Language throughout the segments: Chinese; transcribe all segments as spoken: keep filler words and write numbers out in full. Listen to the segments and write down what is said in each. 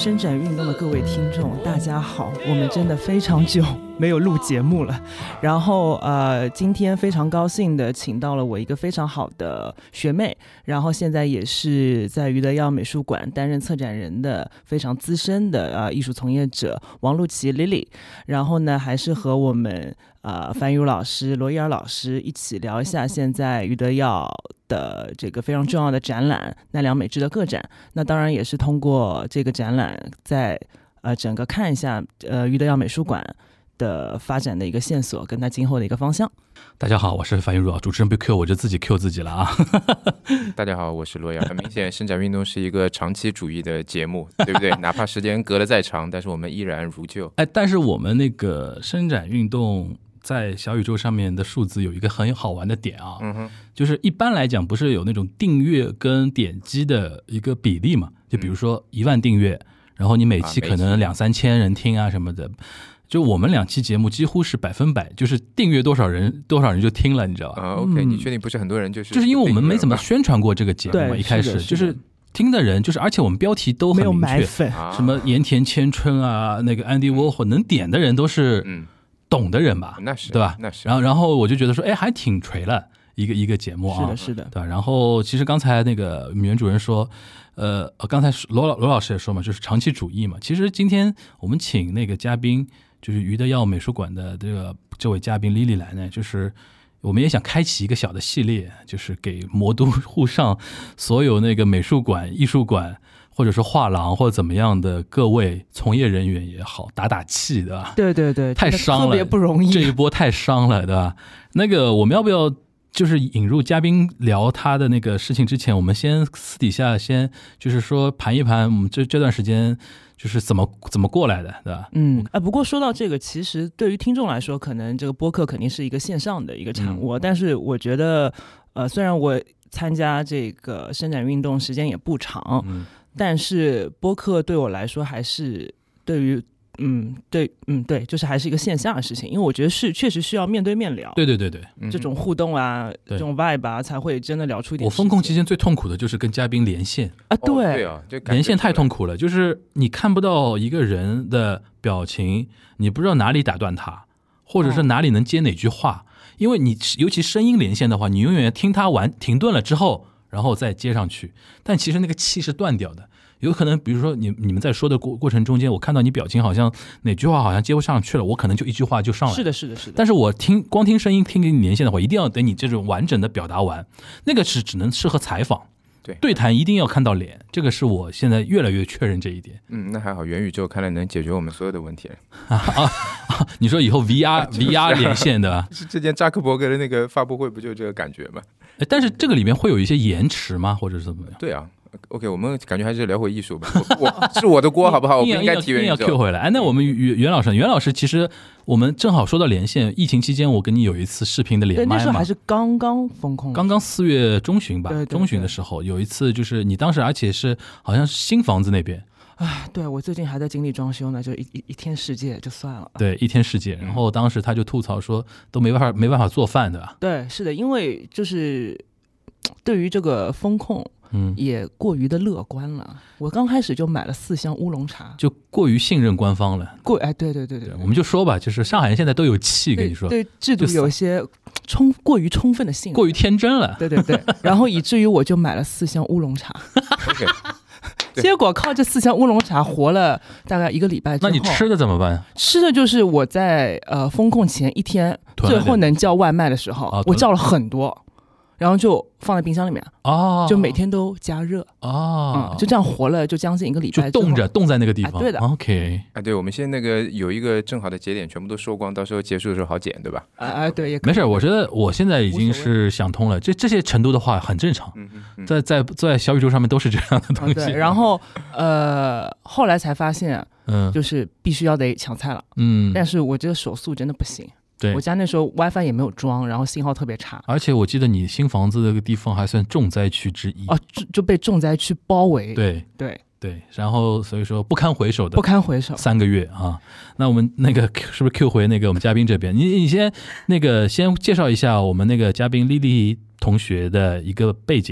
伸展运动的各位听众大家好，我们真的非常久没有录节目了，然后呃，今天非常高兴的请到了我一个非常好的学妹，然后现在也是在余德耀美术馆担任策展人的非常资深的呃艺术从业者王璐琪 Lily， 然后呢还是和我们呃樊茹老师罗伊尔老师一起聊一下现在余德耀的这个非常重要的展览奈良美智的个展，那当然也是通过这个展览在呃整个看一下呃余德耀美术馆的发展的一个线索跟它今后的一个方向。 大家好，我是樊茹，主持人不 Q 我就自己 Q 自己了啊。 大家好，我是罗阳。很明显伸展运动是一个长期主义的节目，对不对？哪怕时间隔得再长，但是我们依然如旧。 哎，但是我们那个伸展运动在小宇宙上面的数字有一个很好玩的点啊，嗯哼，就是一般来讲不是有那种订阅跟点击的一个比例嘛？就比如说一万订阅，然后你每期可能两三千人听啊什么的。就我们两期节目几乎是百分百，就是订阅多少人多少人就听了，你知道吧？ 啊 ，OK， 你确定不是很多人就是就是因为我们没怎么宣传过这个节目嘛，一开始就是听的人就是，而且我们标题都很明确，什么盐田千春啊，那个安迪沃霍，能点的人都是懂的人吧？ 那是对吧？ 那是。 然后然后我就觉得说，哎，还挺垂了一个一个节目啊， 是的，是的， 对吧？然后其实刚才那个原主任说。呃，刚才罗老罗老师也说嘛，就是长期主义嘛。其实今天我们请那个嘉宾，就是余德耀美术馆的这个这位嘉宾 Lily 来呢，就是我们也想开启一个小的系列，就是给魔都沪上所有那个美术馆、艺术馆或者是画廊或者怎么样的各位从业人员也好，打打气，对吧？ 对对对， 太伤了， 特别不容易， 这一波太伤了，对吧？那个我们要不要？就是引入嘉宾聊他的那个事情之前，我们先私底下先就是说盘一盘我们这这段时间就是怎么怎么过来的，对吧？ 嗯，啊，不过说到这个，其实对于听众来说，可能这个播客肯定是一个线上的一个产物，嗯、但是我觉得，呃，虽然我参加这个伸展运动时间也不长，嗯、但是播客对我来说还是对于。嗯，对，嗯，对，就是还是一个线下的事情，因为我觉得是确实需要面对面聊， 对对对对， 这种互动啊，嗯、这种 vibe 啊，才会真的聊出一点。 我封控期间最痛苦的就是跟嘉宾连线啊，对， 哦、对啊， 连线太痛苦了，就是你看不到一个人的表情，你不知道哪里打断他，或者是哪里能接哪句话，哦、因为你尤其声音连线的话，你永远听他完停顿了之后，然后再接上去，但其实那个气是断掉的。有可能比如说你你们在说的过过程中间，我看到你表情好像哪句话好像接不上去了，我可能就一句话就上来了。 是的是的是的。 但是我听光听声音听给你连线的话，一定要等你这种完整的表达完，那个是只能适合采访。 对， 对谈一定要看到脸，这个是我现在越来越确认这一点。 嗯，那还好，元宇宙看来能解决我们所有的问题啊啊啊！你说以后 V R、就是、V R 连线的， 是之前扎克伯格的那个发布会不就这个感觉吗？ 但是这个里面会有一些延迟吗？或者是怎么样？ 对啊。OK， 我们感觉还是聊回艺术吧。我, 我是我的锅，好不好？我不应该提元宇宙。 硬要 Q 回来。哎，那我们袁袁老师，袁老师，其实我们正好说到连线。疫情期间，我跟你有一次视频的连麦嘛。 对，那时候还是刚刚封控， 刚刚四月中旬吧， 对对对， 中旬的时候有一次，就是你当时，而且是好像是新房子那边。 哎，对，我最近还在经历装修呢，就一一一天世界就算了。 对，一天世界。然后当时他就吐槽说，都没办法没办法做饭的。 对，是的，因为就是对于这个风控。嗯，也过于的乐观了。我刚开始就买了四箱乌龙茶， 就过于信任官方了。 过哎，对对对 对, 对， 我们就说吧，就是上海人现在都有气，跟你说， 对制度有一些充过于充分的信任， 过于天真了。 对对对，然后以至于我就买了四箱乌龙茶。 okay, 结果靠这四箱乌龙茶活了大概一个礼拜之后。 那你吃的怎么办？ 吃的就是我在呃封控前一天，最后能叫外卖的时候，啊、我叫了很多。然后就放在冰箱里面，哦，就每天都加热， 哦、 嗯，就这样活了，就将近一个礼拜， 就冻着，冻在那个地方， 哎、对的 ，OK， 哎，对，我们现在那个有一个正好的节点，全部都收光，到时候结束的时候好剪，对吧？ 啊啊，对，也没事，我觉得我现在已经是想通了，这这些程度的话很正常，嗯嗯、在在在小宇宙上面都是这样的东西。 啊、对，然后呃，后来才发现，嗯，就是必须要得抢菜了，嗯，但是我这个手速真的不行。 对， 我家那时候 WiFi 也没有装，然后信号特别差， 而且我记得你新房子那个地方还算重灾区之一哦，就就被重灾区包围。 对对对，然后所以说不堪回首的不堪回首三个月啊。那我们那个是不是 Q 回那个我们嘉宾这边？你你先那个先介绍一下我们那个嘉宾莉莉同学的一个背景。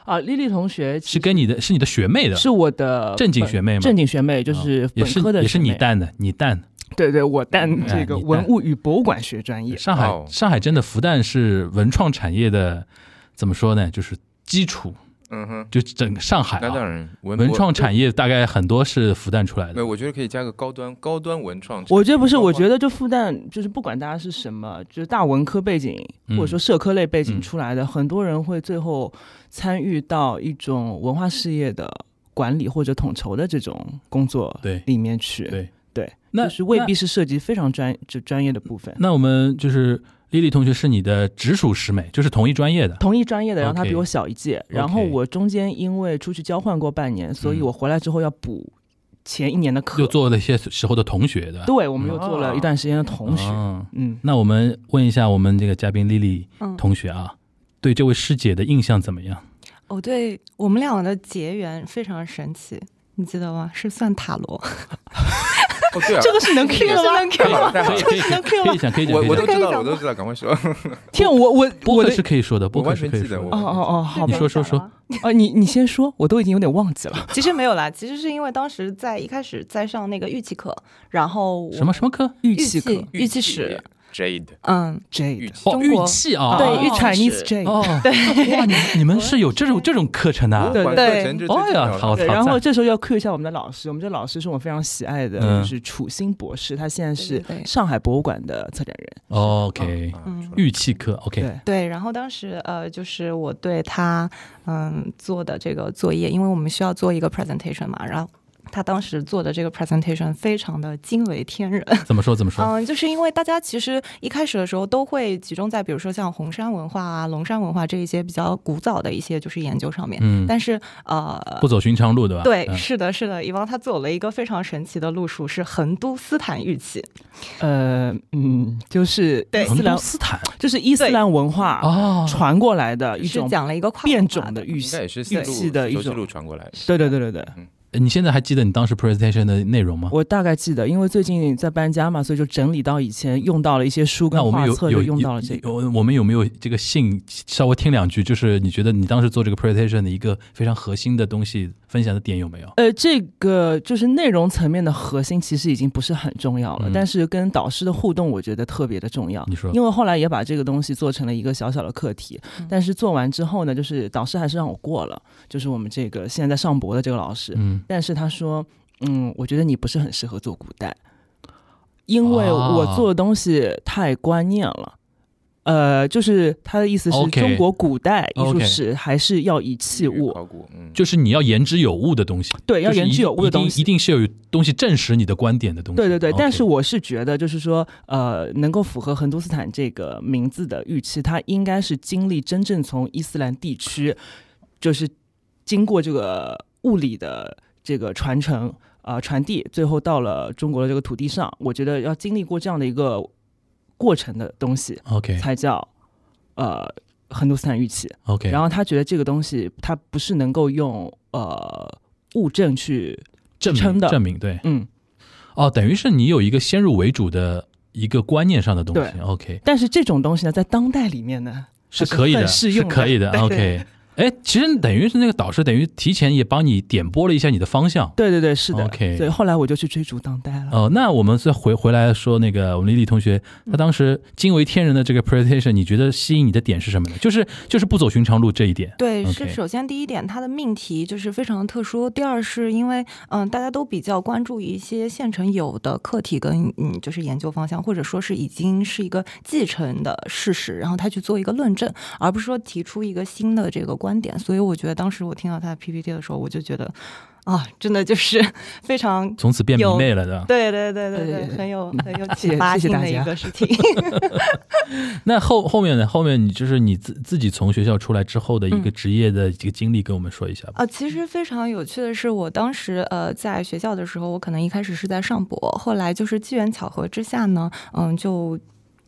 啊，丽丽同学是跟你的是你的学妹的， 是我的正经学妹吗？ 正经学妹就是本科的学妹、 哦、也是也是你带的，你带的。 对对，我带这个文物与博物馆学专业。 上海、哦、上海真的复旦是文创产业的，怎么说呢？就是基础。 嗯哼， 就整个上海、啊， 那当然，文文创产业大概很多是复旦出来的。 没有，我觉得可以加个高端高端文创。 我觉得不是，我觉得就复旦就是不管大家是什么，就是大文科背景、嗯、或者说社科类背景出来的、嗯，很多人会最后参与到一种文化事业的管理或者统筹的这种工作里面去。 对对, 对， 那就是未必是涉及非常专就专业的部分。 那我们就是丽丽同学是你的直属师妹，就是同一专业的， 同一专业的，然后她比我小一届， okay, 然后我中间因为出去交换过半年， okay, 所以我回来之后要补前一年的课， 又做了一些时候的同学的， 对，我们又做了一段时间的同学。 哦、嗯，那我们问一下我们这个嘉宾丽丽同学啊、嗯，对这位师姐的印象怎么样？ 我、哦、对我们俩的结缘非常神奇，你记得吗？是算塔罗。 哦对啊， 这个是能 Q 的吗？ 能 Q 吗？ 可以可以可以可以讲可以讲， 我我都知道了，我都知道，赶快说。 天，我我播客是可以说的，播客是可以说的。 哦哦哦，好， 你说说说。 啊，你你先说，我都已经有点忘记了。 其实没有啦，其实是因为当时在一开始在上那个玉器课，然后什么什么课？ 玉器课， 玉器史。 Jade， 嗯 ，Jade， 哦，玉器啊， 对，玉 Chinese Jade， 哦，对，哇，你你们是有这种这种课程的、啊， 对对， 哦呀，好， 然后这时候要 cue 一下我们的老师，我们这老师是我非常喜爱的，嗯、就是楚新博士，他现在是上海博物馆的策展人。 哦、OK， 嗯，玉器课 ，OK， 对对，然后当时呃，就是我对他嗯做的这个作业，因为我们需要做一个 presentation 嘛，然后。他当时做的这个 presentation 非常的惊为天人。 怎么说怎么说？ 嗯，就是因为大家其实一开始的时候都会集中在比如说像红山文化啊、龙山文化这一些比较古早的一些就是研究上面。嗯，但是呃不走寻常路，对吧？ 对， 嗯、 是的，是的。以往他走了一个非常神奇的路数，是横都斯坦玉器。 呃嗯，就是对横都斯坦， 就是伊斯兰文化传过来的一种讲了一个变种的玉器， 应该也是玉器的一种路传过来的。 对对对对对。 嗯， 你现在还记得你当时 presentation 的内容吗？ 我大概记得，因为最近在搬家嘛，所以就整理到以前用到了一些书跟画册，就用到了这个。 我们有没有这个信稍微听两句？就是你觉得你当时做这个 presentation 的一个非常核心的东西，分享的点有没有？ 呃，这个就是内容层面的核心，其实已经不是很重要了，嗯、但是跟导师的互动，我觉得特别的重要。 你说， 因为后来也把这个东西做成了一个小小的课题，嗯、但是做完之后呢，就是导师还是让我过了，就是我们这个现在在上博的这个老师，嗯。但是他说，嗯，我觉得你不是很适合做古代，因为我做的东西太观念了。呃，就是他的意思是，中国古代艺术史还是要以器物， okay. 嗯、 就是你要言之有物的东西。 对，要言之有物的东西， 一定是有东西证实你的观点的东西。 对对对， okay. 但是我是觉得，就是说，呃，能够符合横都斯坦这个名字的玉器，它应该是经历真正从伊斯兰地区，就是经过这个物理的这个传承啊、呃、传递，最后到了中国的这个土地上。我觉得要经历过这样的一个过程的东西 ，OK， 才叫呃横都斯坦玉器 ，OK。 然后他觉得这个东西，它不是能够用呃物证去支撑的证明，对， 嗯， 哦，等于是你有一个先入为主的一个观念上的东西 ，OK。 但是这种东西呢，在当代里面呢是可以的，是可以的 ，OK。哎，其实等于是那个导师等于提前也帮你点拨了一下你的方向。 对对对，是的。 OK， 所以后来我就去追逐当代了。 哦，那我们再回回来说那个我们丽丽同学，她当时惊为天人的这个 presentation， 你觉得吸引你的点是什么呢？就是就是不走寻常路这一点。 对， okay. 是首先第一点，它的命题就是非常特殊。第二是因为嗯、呃，大家都比较关注一些现成有的课题跟嗯就是研究方向，或者说是已经是一个继承的事实，然后他去做一个论证，而不是说提出一个新的这个观点。所以我觉得当时我听到他的 P P T 的时候，我就觉得啊，真的就是非常从此变迷妹了的。 对对对对对，很有很有启发性的一个事情。 那后后面呢？后面你就是你自自己从学校出来之后的一个职业的一个经历，跟我们说一下吧。 啊、嗯呃，其实非常有趣的是，我当时呃在学校的时候，我可能一开始是在上博，后来就是机缘巧合之下呢，嗯，就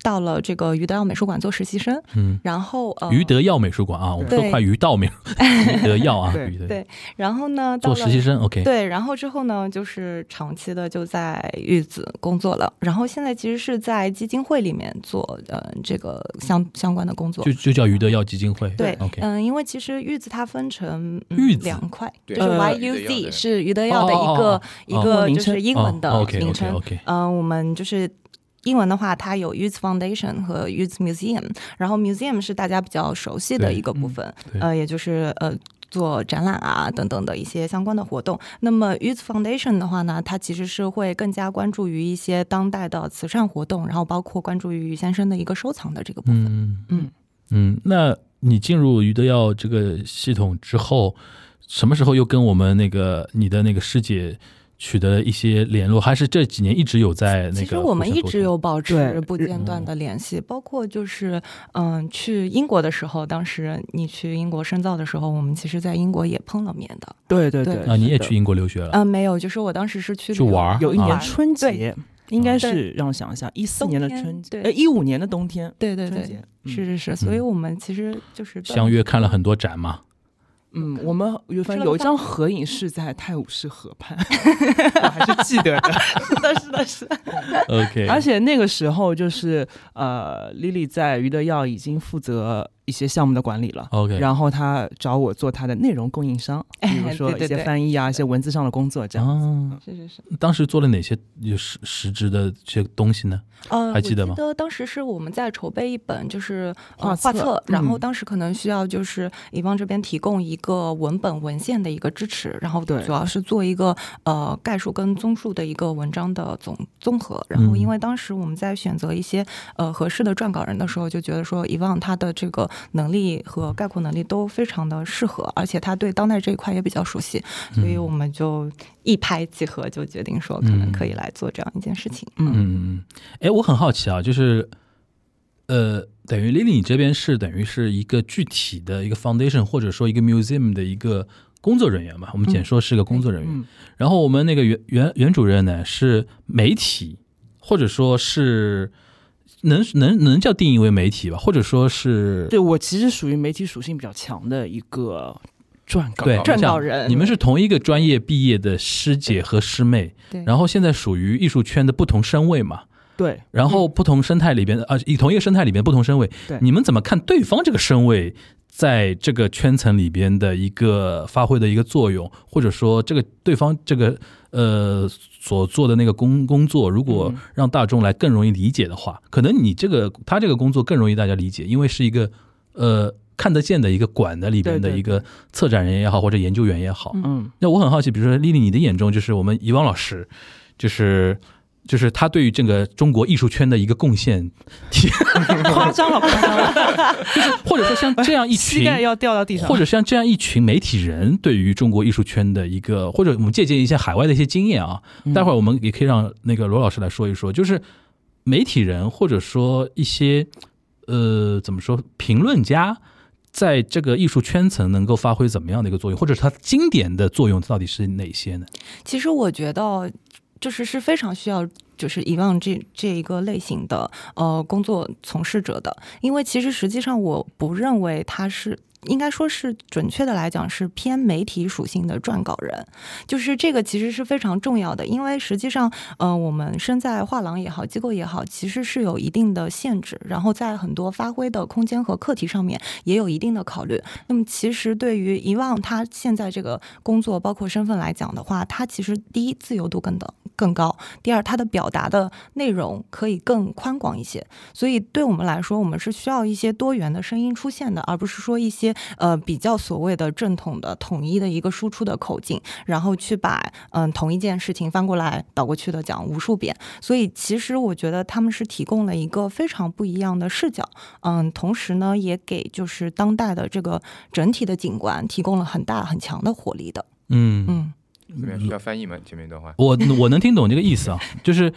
到了这个余德耀美术馆做实习生， 嗯， 然后呃， 余德耀美术馆啊，我们说快余道美，余德耀啊， 对余德对，然后呢，到了做实习生 ，OK， 对，然后之后呢，就是长期的就在玉子工作了，然后现在其实是在基金会里面做呃这个相相关的工作， 就就叫余德耀基金会， 对 ，OK， 嗯，因为其实玉子它分成、嗯、 玉子两块， 对就是 Y 呃 U 余德耀 Z 的是余德耀的一个、 哦哦哦一个名称就是英文的哦，OK， 名称， OK，OK 嗯、我们就是。英文的话，它有 Youth Foundation 和 Youth Museum， 然后 Museum 是大家比较熟悉的一个部分， 对呃，也就是呃做展览啊等等的一些相关的活动。那么 Youth Foundation 的话呢，它其实是会更加关注于一些当代的慈善活动，然后包括关注于余先生的一个收藏的这个部分。 嗯嗯嗯，那你进入余德耀这个系统之后，什么时候又跟我们那个你的那个师姐取得一些联络，还是这几年一直有在那个？ 其实我们一直有保持对不间断的联系，包括就是嗯，去英国的时候，当时你去英国深造的时候，我们其实在英国也碰了面的。 对对对啊，你也是的去英国留学了？ 嗯，没有，就是我当时是去去玩儿有一年啊春节对， 应该对是让我想一下，一四年的春节， 冬天对呃，一五年的冬天， 对对对春节，，嗯是是是，所以我们其实就是相约看了很多展嘛。 嗯，我们有反正吃了饭有一张合影是在泰晤士河畔，我还是记得的。 是的，是的，是的。 OK， 而且那个时候就是呃，Lily 在余德耀已经负责一些项目的管理了。 OK， 然后他找我做他的内容供应商，比如说一些对对对翻译啊，一些文字上的工作这样。 哦， 是是是， 当时做了哪些有实实质的这些东西呢？ 呃， 还记得吗我记得当时是我们在筹备一本就是呃画册画册，然后嗯当时可能需要就是乙方这边提供一个文本文献的一个支持，然后对主要是做一个呃概述跟综述的一个文章的总综合。然后因为当时我们在选择一些呃合适的撰稿人的时候，就觉得说乙方他的这个能力和概括能力都非常的适合，而且他对当代这一块也比较熟悉，所以我们就一拍即合，就决定说可能可以来做这样一件事情。 嗯， 嗯，哎，我很好奇啊，就是呃，等于 Lily 你这边是等于是一个具体的一个 foundation 或者说一个 museum 的一个工作人员嘛，我们简说是个工作人员。 嗯然后我们那个原原原主任呢是媒体，或者说是能能能叫定义为媒体吧，或者说是对我其实属于媒体属性比较强的一个撰稿对撰稿人你们是同一个专业毕业的师姐和师妹， 对， 然后现在属于艺术圈的不同身位嘛。 对， 然后不同生态里边啊，以同一个生态里边不同身位， 对你们怎么看对方这个身位在这个圈层里边的一个发挥的一个作用，或者说这个对方这个呃所做的那个工工作，如果让大众来更容易理解的话，可能你这个他这个工作更容易大家理解，因为是一个呃看得见的一个馆的里边的一个策展人也好，或者研究员也好。 嗯， 那我很好奇，比如说丽丽，你的眼中就是我们遗忘老师，就是就是他对于这个中国艺术圈的一个贡献， 夸张了，夸张了， 就是或者说像这样一群， 膝盖要掉到地上， 或者像这样一群媒体人对于中国艺术圈的一个，或者我们借鉴一些海外的一些经验啊， 嗯待会儿我们也可以让那个罗老师来说一说，就是媒体人或者说一些呃怎么说评论家。在这个艺术圈层能够发挥怎么样的一个作用，或者它经典的作用到底是哪些呢？ 其实我觉得就是是非常需要就是遗忘这这一个类型的呃工作从事者的，因为其实实际上我不认为他是。应该说是准确的来讲是偏媒体属性的撰稿人，就是这个其实是非常重要的，因为实际上呃我们身在画廊也好机构也好其实是有一定的限制，然后在很多发挥的空间和课题上面也有一定的考虑。那么其实对于遗忘他现在这个工作包括身份来讲的话，他其实第一自由度更的更高，第二他的表达的内容可以更宽广一些，所以对我们来说我们是需要一些多元的声音出现的，而不是说一些呃比较所谓的正统的统一的一个输出的口径，然后去把嗯、呃、同一件事情翻过来倒过去的讲无数遍。所以其实我觉得他们是提供了一个非常不一样的视角，嗯，同时呢也给就是当代的这个整体的景观提供了很大很强的活力的。 嗯嗯， 怎么样？需要翻译吗？前面一段话？ 我我能听懂这个意思啊，就是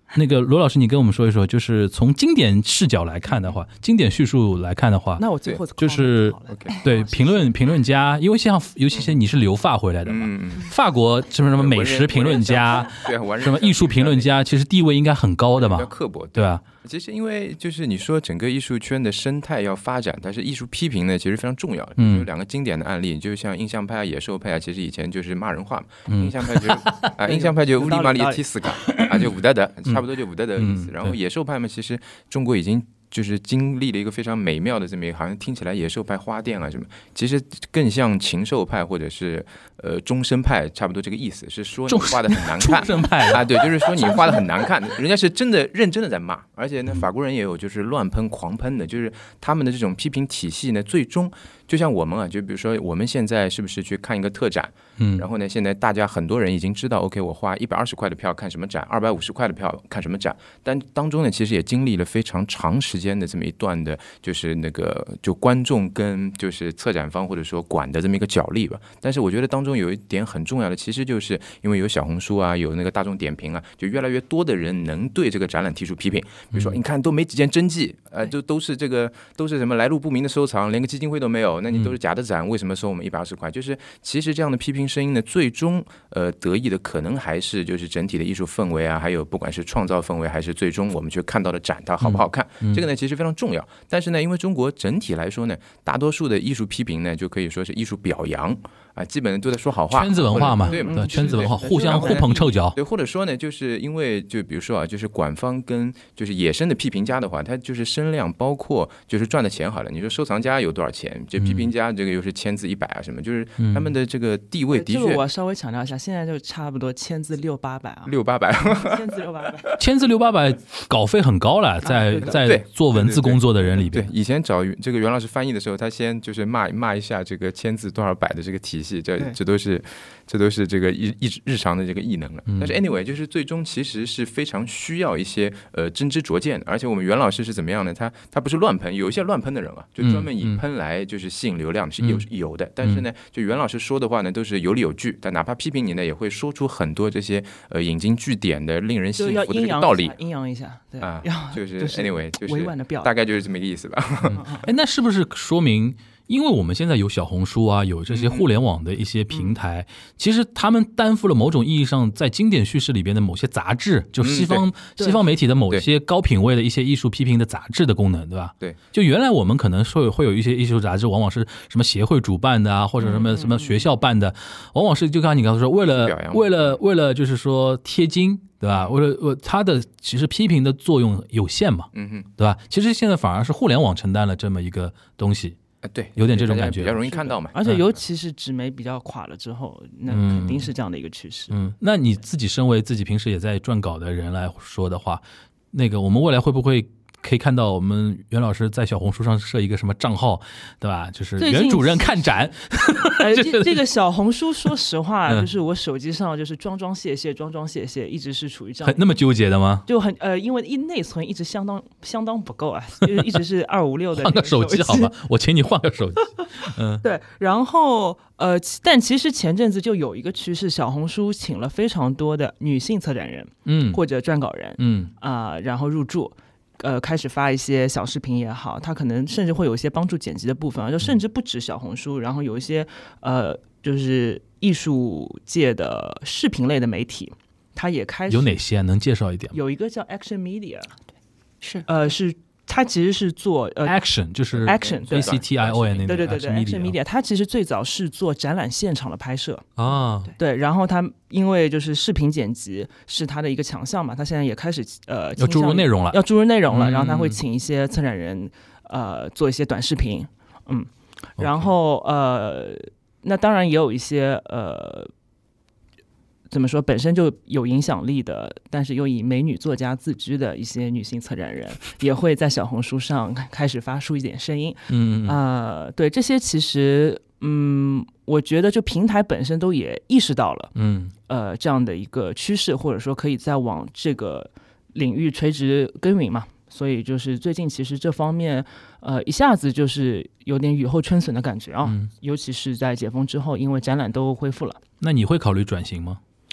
那个罗老师，你跟我们说一说，就是从经典视角来看的话，经典叙述来看的话， 那我最后就是对评论评论家，因为像尤其是你是留法回来的嘛， 嗯、 法国什么什么美食评论家， 对， 什么艺术评论家，其实地位应该很高的嘛， 比较刻薄， 对吧？ 其实因为就是你说整个艺术圈的生态要发展，但是艺术批评呢其实非常重要。嗯，有两个经典的案例，就像印象派、野兽派啊，其实以前就是骂人话嘛。嗯、印象派就是啊，印象派就乌里麻里踢死嘎啊，就武德德，差不多就武德德的意思。嗯、然后野兽派嘛，其实中国已经就是经历了一个非常美妙的这么一个，好像听起来野兽派花店啊什么，其实更像禽兽派或者是呃终身派，差不多这个意思，是说你画的很难看。 终身派啊，对，就是说你画的很难看，人家是真的认真的在骂，而且呢，法国人也有就是乱喷狂喷的，就是他们的这种批评体系呢，最终就像我们啊，就比如说我们现在是不是去看一个特展，嗯，然后呢，现在大家很多人已经知道 ，OK， 我花一百二十块的票看什么展，二百五十块的票看什么展，但当中呢，其实也经历了非常长时间的这么一段的，就是那个就观众跟就是策展方或者说馆的这么一个角力吧。但是我觉得当中有一点很重要的，其实就是因为有小红书啊，有那个大众点评啊，就越来越多的人能对这个展览提出批评，比如说你看都没几件真迹，呃，就都是这个都是什么来路不明的收藏，连个基金会都没有。那你都是假的展，为什么收我们一百二十块？就是其实这样的批评声音呢，最终呃得益的可能还是就是整体的艺术氛围啊，还有不管是创造氛围，还是最终我们去看到的展它好不好看，嗯、这个呢其实非常重要。但是呢，因为中国整体来说呢，大多数的艺术批评呢，就可以说是艺术表扬啊，基本都在说好话， 圈子文化嘛， 对， 对圈子文化，互相互捧臭脚。 对，或者说呢，就是因为就比如说啊，就是馆方跟就是野生的批评家的话，他就是声量包括就是赚的钱好了。你说收藏家有多少钱？就批评家这个又是签字一百啊什么，就是他们的这个地位的确。 这个我要稍微强调一下，现在就差不多签字六八百啊， 六八百， 签字六八百， 签字六八百，稿费很高了，在、啊、在做文字工作的人里边。 对，以前找这个袁老师翻译的时候，他先就是骂骂一下这个签字多少百的这个体系，这这都是。这都是这个日日常的这个艺能了，但是 anyway 就是最终其实是非常需要一些呃真知灼见的，而且我们袁老师是怎么样呢？他他不是乱喷，有一些乱喷的人啊，就专门以喷来就是吸引流量是有有的，但是呢，就袁老师说的话呢都是有理有据，但哪怕批评你呢，也会说出很多这些呃引经据典的令人信服的这个道理， 阴阳一下，对啊，就是 anyway 就是委婉的表达， 大概就是这么一个意思吧。 哎，那是不是说明？因为我们现在有小红书啊，有这些互联网的一些平台，嗯、其实他们担负了某种意义上在经典叙事里边的某些杂志，就西方、嗯、西方媒体的某些高品位的一些艺术批评的杂志的功能，对吧？对。就原来我们可能说会有一些艺术杂志，往往是什么协会主办的啊，或者什么什么学校办的，往往是就刚才你刚才说，为了为了为了就是说贴金。对吧？为了它的其实批评的作用有限嘛，嗯哼，对吧？其实现在反而是互联网承担了这么一个东西。 啊，对， 有点这种感觉， 比较容易看到嘛。 而且尤其是纸媒比较垮了之后，那肯定是这样的一个趋势。 嗯，那你自己身为自己平时也在撰稿的人来说的话，那个我们未来会不会可以看到我们袁老师在小红书上设一个什么账号，对吧？就是袁主任看展。 呃，这这个小红书，说实话，就是我手机上就是装装卸卸，装装卸卸，一直是处于这样。 那么纠结的吗？ 就很呃，因为一内存一直相当相当不够啊，就是一直是二五六的。 换个手机好吧，我请你换个手机。 嗯，对。然后呃，但其实前阵子就有一个趋势，小红书请了非常多的女性策展人，嗯，或者撰稿人，嗯啊、呃，然后入驻。呃，开始发一些小视频也好，他可能甚至会有一些帮助剪辑的部分，就甚至不止小红书，然后有一些呃，就是艺术界的视频类的媒体，他也开始有哪些能介绍一点？ 有一个叫 Action Media， 对，是呃是。它其实是做呃 action 就是 action A C T I O N 那对对对对 action media， 它其实最早是做展览现场的拍摄啊， 对，然后它因为就是视频剪辑是它的一个强项嘛，它现在也开始呃要注入内容了， 要注入内容了，嗯、然后它会请一些策展人呃做一些短视频，嗯， okay. 然后呃那当然也有一些呃。怎么说？本身就有影响力的，但是又以美女作家自居的一些女性策展人，也会在小红书上开始发出一点声音。嗯啊、呃，对这些其实，嗯，我觉得就平台本身都也意识到了，嗯，呃，这样的一个趋势，或者说可以再往这个领域垂直耕耘嘛。所以就是最近其实这方面，呃，一下子就是有点雨后春笋的感觉啊，嗯、尤其是在解封之后，因为展览都恢复了。 那你会考虑转型吗？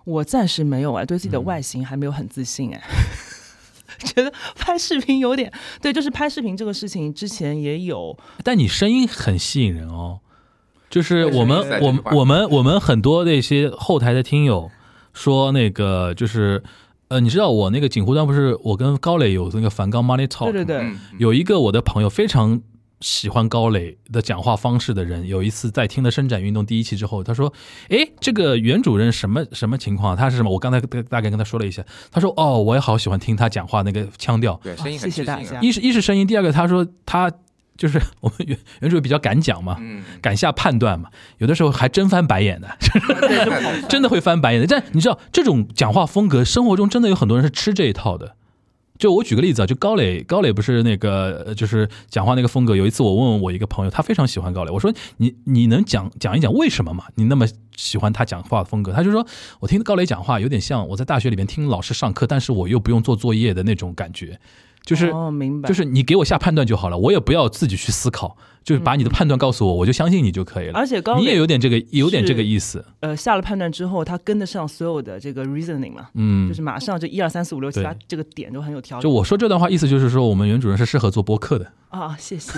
我暂时没有哎，对自己的外形还没有很自信哎。觉得拍视频有点对，就是拍视频这个事情之前也有， 但你声音很吸引人哦。就是我们对我们我们我们很多那些后台的听友说，那个就是呃，你知道我那个锦湖端不是我跟高磊有那个梵高 Money Talk， 对对对， 嗯有一个我的朋友非常喜欢高磊的讲话方式的人，有一次在听了伸展运动第一期之后，他说：“诶，这个袁主任什么什么情况？他是什么？”我刚才大概跟他说了一下，他说：“哦，我也好喜欢听他讲话那个腔调， 对，声音很谢谢大知性啊家一是一是声音，第二个他说他就是我们袁袁主任比较敢讲嘛， 嗯， 敢下判断嘛，有的时候还真翻白眼的，真的会翻白眼的。但你知道这种讲话风格，生活中真的有很多人是吃这一套的。”就我举个例子啊，就高磊，高磊不是那个就是讲话那个风格。有一次我问我一个朋友，他非常喜欢高磊，我说你你能讲讲一讲为什么嘛？你那么喜欢他讲话的风格？他就说我听高磊讲话有点像我在大学里面听老师上课，但是我又不用做作业的那种感觉。就是哦，明白， 就是你给我下判断就好了，我也不要自己去思考，就是把你的判断告诉我，我就相信你就可以了。 而且高磊你也有点这个有点这个意思， 呃，下了判断之后，他跟得上所有的这个 reasoning 嘛， 嗯， 就是马上就一二三四五六七八对这个点就很有条理。 就我说这段话意思就是说，我们袁主任是适合做播客的。 啊，谢谢。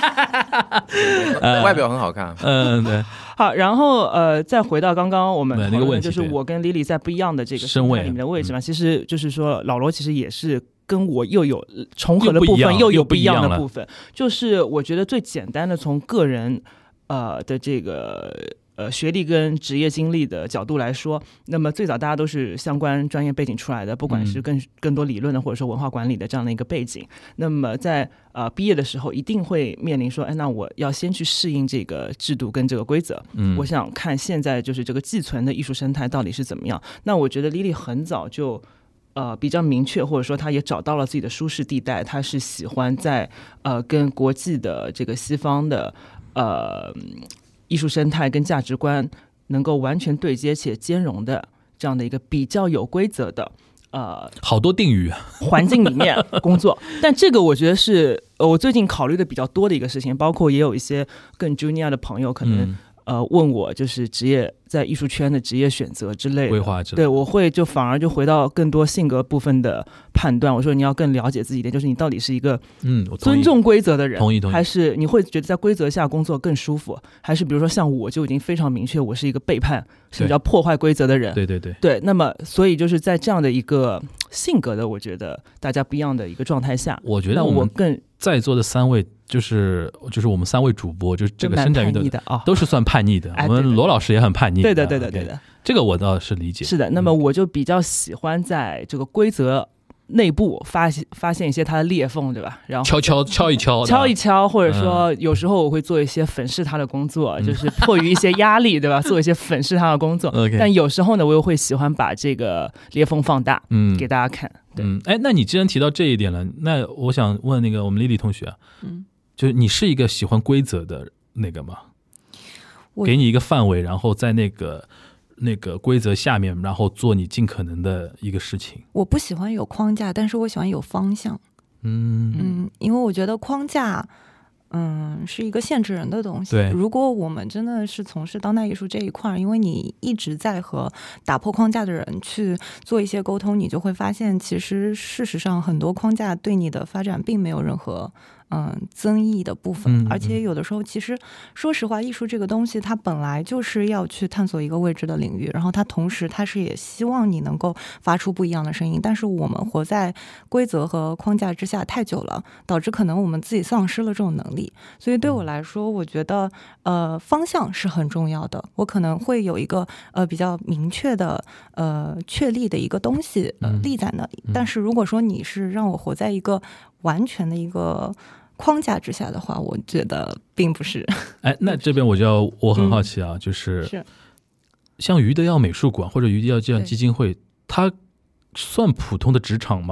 外表很好看， 嗯，对， 好，然后呃，再回到刚刚我们对那个讨论的问题对就是我跟 Lily 在不一样的这个身位里面的位置嘛， 嗯其实就是说老罗其实也是跟我又有重合的部分， 又不一样又有不一又不一样了样的部分。就是我觉得最简单的从个人呃的这个呃学历跟职业经历的角度来说，那么最早大家都是相关专业背景出来的，不管是更更多理论的或者说文化管理的这样的一个背景。那么在呃毕业的时候，一定会面临说，哎，那我要先去适应这个制度跟这个规则。 嗯， 我想看现在就是这个寄存的艺术生态到底是怎么样。那我觉得 Lily 很早就呃比较明确，或者说她也找到了自己的舒适地带，她是喜欢在呃跟国际的这个西方的呃艺术生态跟价值观能够完全对接且兼容的这样的一个比较有规则的呃好多定语， 环境里面工作。但这个我觉得是呃我最近考虑的比较多的一个事情，包括也有一些更 junior 的朋友可能、 嗯， 呃问我就是职业在艺术圈的职业选择之类的规划之类的对，我会就反而就回到更多性格部分的判断。我说你要更了解自己一点，就是你到底是一个嗯，我同意尊重规则的人， 同意同意还是你会觉得在规则下工作更舒服，还是比如说像我就已经非常明确我是一个背叛甚至要破坏规则的人。 对对对， 对，那么所以就是在这样的一个性格的我觉得大家不一样的一个状态下， 我觉得那我们我更在座的三位就是就是我们三位主播，就是这个蛮伸展运动叛逆的啊。 都是算叛逆的。 哎我们对对罗老师也很叛逆。 对的，对的， OK 对的， 这个我倒是理解。 是的。那么我就比较喜欢在这个规则内部发现发现一些它的裂缝，对吧？然后敲敲敲一敲， 敲一敲，或者说有时候我会做一些粉饰它的工作， 嗯就是迫于一些压力，对吧？做一些粉饰它的工作。 OK 但有时候呢，我又会喜欢把这个裂缝放大， 嗯给大家看。对， 嗯，哎，那你既然提到这一点了，那我想问那个我们丽丽同学啊， 嗯， 就是你是一个喜欢规则的那个吗？ 我给你一个范围，然后在那个那个规则下面，然后做你尽可能的一个事情。 我不喜欢有框架，但是我喜欢有方向。 嗯嗯，因为我觉得框架，嗯，是一个限制人的东西。 对如果我们真的是从事当代艺术这一块，因为你一直在和打破框架的人去做一些沟通，你就会发现，其实事实上很多框架对你的发展并没有任何嗯增益的部分。 嗯嗯而且有的时候，其实说实话，艺术这个东西它本来就是要去探索一个未知的领域，然后它同时它是也希望你能够发出不一样的声音。但是我们活在规则和框架之下太久了，导致可能我们自己丧失了这种能力。所以对我来说，我觉得呃方向是很重要的。我可能会有一个呃比较明确的呃确立的一个东西呃嗯立在那里。 嗯但是如果说你是让我活在一个完全的一个框架之下的话，我觉得并不是。 哎，那这边我就要我很好奇啊，就是是像余德耀美术馆或者余德耀这样对基金会，它算普通的职场吗？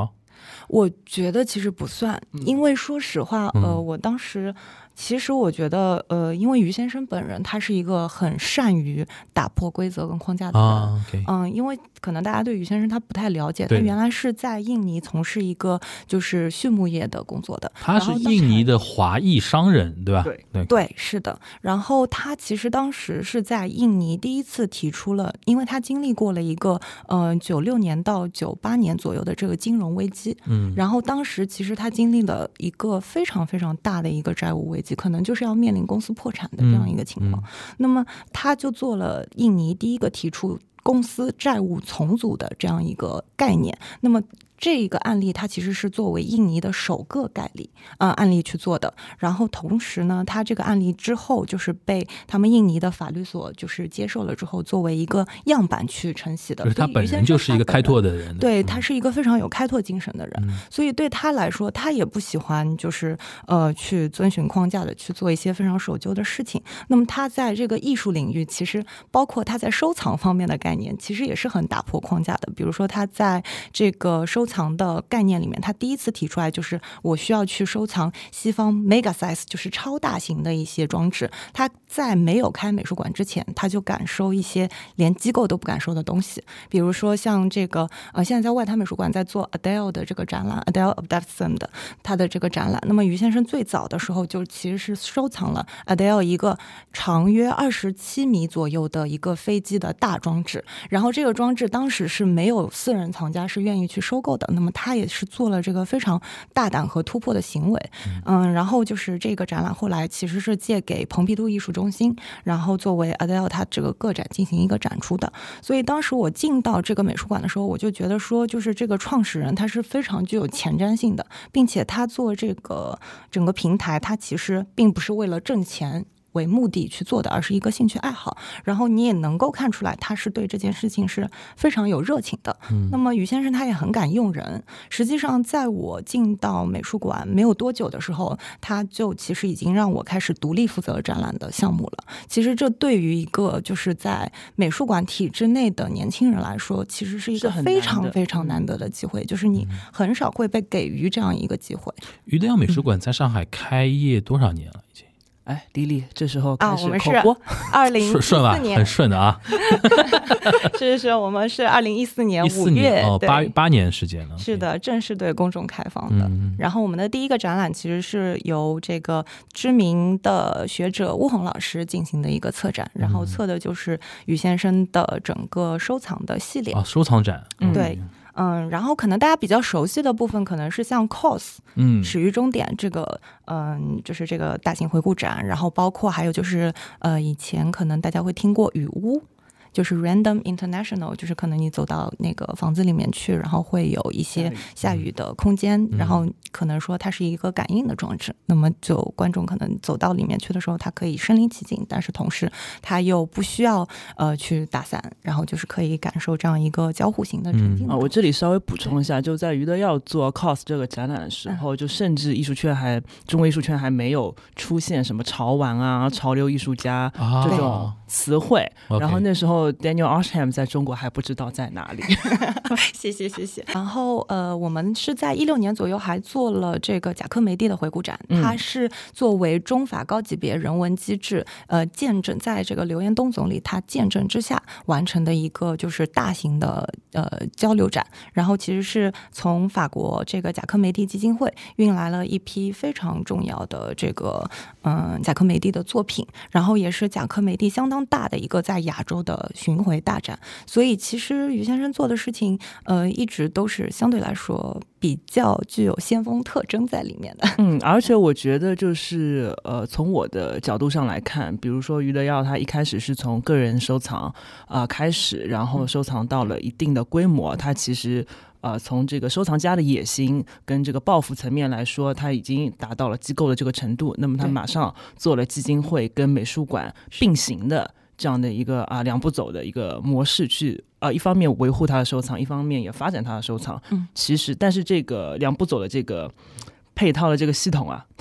我觉得其实不算，因为说实话， 嗯、 呃，我当时。其实我觉得，呃，因为于先生本人他是一个很善于打破规则跟框架的人， 啊 okay、 嗯，因为可能大家对于先生他不太了解，他原来是在印尼从事一个就是畜牧业的工作的， 他是印尼的华裔商人，对吧？ 对对对，是的。然后他其实当时是在印尼第一次提出了，因为他经历过了一个呃九六年到九八年左右的这个金融危机， 嗯， 然后当时其实他经历了一个非常非常大的一个债务危机，可能就是要面临公司破产的这样一个情况。 嗯嗯、 那么他就做了印尼第一个提出公司债务重组的这样一个概念。那么这个案例它其实是作为印尼的首个概例呃案例去做的，然后同时呢，它这个案例之后就是被他们印尼的法律所就是接受了之后，作为一个样板去承袭的。 就是他本人就是一个开拓的人， 对，他是一个非常有开拓精神的人，嗯、所以对他来说，他也不喜欢就是呃去遵循框架的去做一些非常守旧的事情。那么他在这个艺术领域，其实包括他在收藏方面的概念，其实也是很打破框架的。比如说他在这个收藏藏的概念里面，他第一次提出来就是我需要去收藏西方 mega size 就是超大型的一些装置。他在没有开美术馆之前，他就敢收一些连机构都不敢收的东西，比如说像这个呃，现在在外滩美术馆在做 Adele 的这个展览 Adele Davidson 的他的这个展览。那么于先生最早的时候就其实是收藏了 Adele 一个长约二十七米左右的一个飞机的大装置，然后这个装置当时是没有私人藏家是愿意去收购的。那么他也是做了这个非常大胆和突破的行为，嗯，然后就是这个展览后来其实是借给蓬皮杜艺术中心，然后作为 Adele 他这个个展进行一个展出的。所以当时我进到这个美术馆的时候，我就觉得说，就是这个创始人他是非常具有前瞻性的，并且他做这个整个平台，他其实并不是为了挣钱为目的去做的，而是一个兴趣爱好。然后你也能够看出来他是对这件事情是非常有热情的、嗯、那么于先生他也很敢用人。实际上在我进到美术馆没有多久的时候，他就其实已经让我开始独立负责展览的项目了。其实这对于一个就是在美术馆体制内的年轻人来说，其实是一个非常非常难得的机会，就是你很少会被给予这样一个机会。 余德耀美术馆在上海开业多少年了已经？ 哎，迪丽，这时候开始口播， 啊、我们是二零一四年， 很顺的啊。 是是，我们是二零一四年五月， 哦，八八年时间了。 是的，正式对公众开放的、嗯。然后我们的第一个展览其实是由这个知名的学者巫红老师进行的一个策展，然后策的就是于先生的整个收藏的系列。 啊，收藏展， 嗯、对。嗯，然后可能大家比较熟悉的部分，可能是像 C O S， 嗯，始于终点这个，嗯，就是这个大型回顾展，然后包括还有就是，呃，以前可能大家会听过雨屋。就是 Random International， 就是可能你走到那个房子里面去，然后会有一些下雨的空间、嗯、然后可能说它是一个感应的装置、嗯、那么就观众可能走到里面去的时候，它可以身临其境，但是同时它又不需要呃去打伞，然后就是可以感受这样一个交互型的沉浸、 嗯啊、我这里稍微补充一下，就在余德耀做 C O S 这个展览的时候、嗯、就甚至艺术圈还中国艺术圈还没有出现什么潮玩啊潮流艺术家、啊、这种词汇，然后那时候Daniel Arsham 在中国还不知道在哪里。 谢谢谢谢。然后呃，我们是在一六年左右还做了这个贾科梅蒂的回顾展、嗯、它是作为中法高级别人文机制呃见证，在这个刘延东总理他见证之下完成的一个就是大型的呃交流展。然后其实是从法国这个贾科梅蒂基金会运来了一批非常重要的这个嗯、呃、贾科梅蒂的作品，然后也是贾科梅蒂相当大的一个在亚洲的巡回大展。所以其实于先生做的事情呃，一直都是相对来说比较具有先锋特征在里面的。 嗯，而且我觉得就是呃，从我的角度上来看，比如说余德耀他一开始是从个人收藏啊、呃、开始，然后收藏到了一定的规模，他其实呃，从这个收藏家的野心跟这个抱负层面来说，他已经达到了机构的这个程度，那么他马上做了基金会跟美术馆并行的这样的一个啊两步走的一个模式去啊，一方面维护他的收藏，一方面也发展他的收藏。嗯，其实但是这个两步走的这个配套的这个系统啊，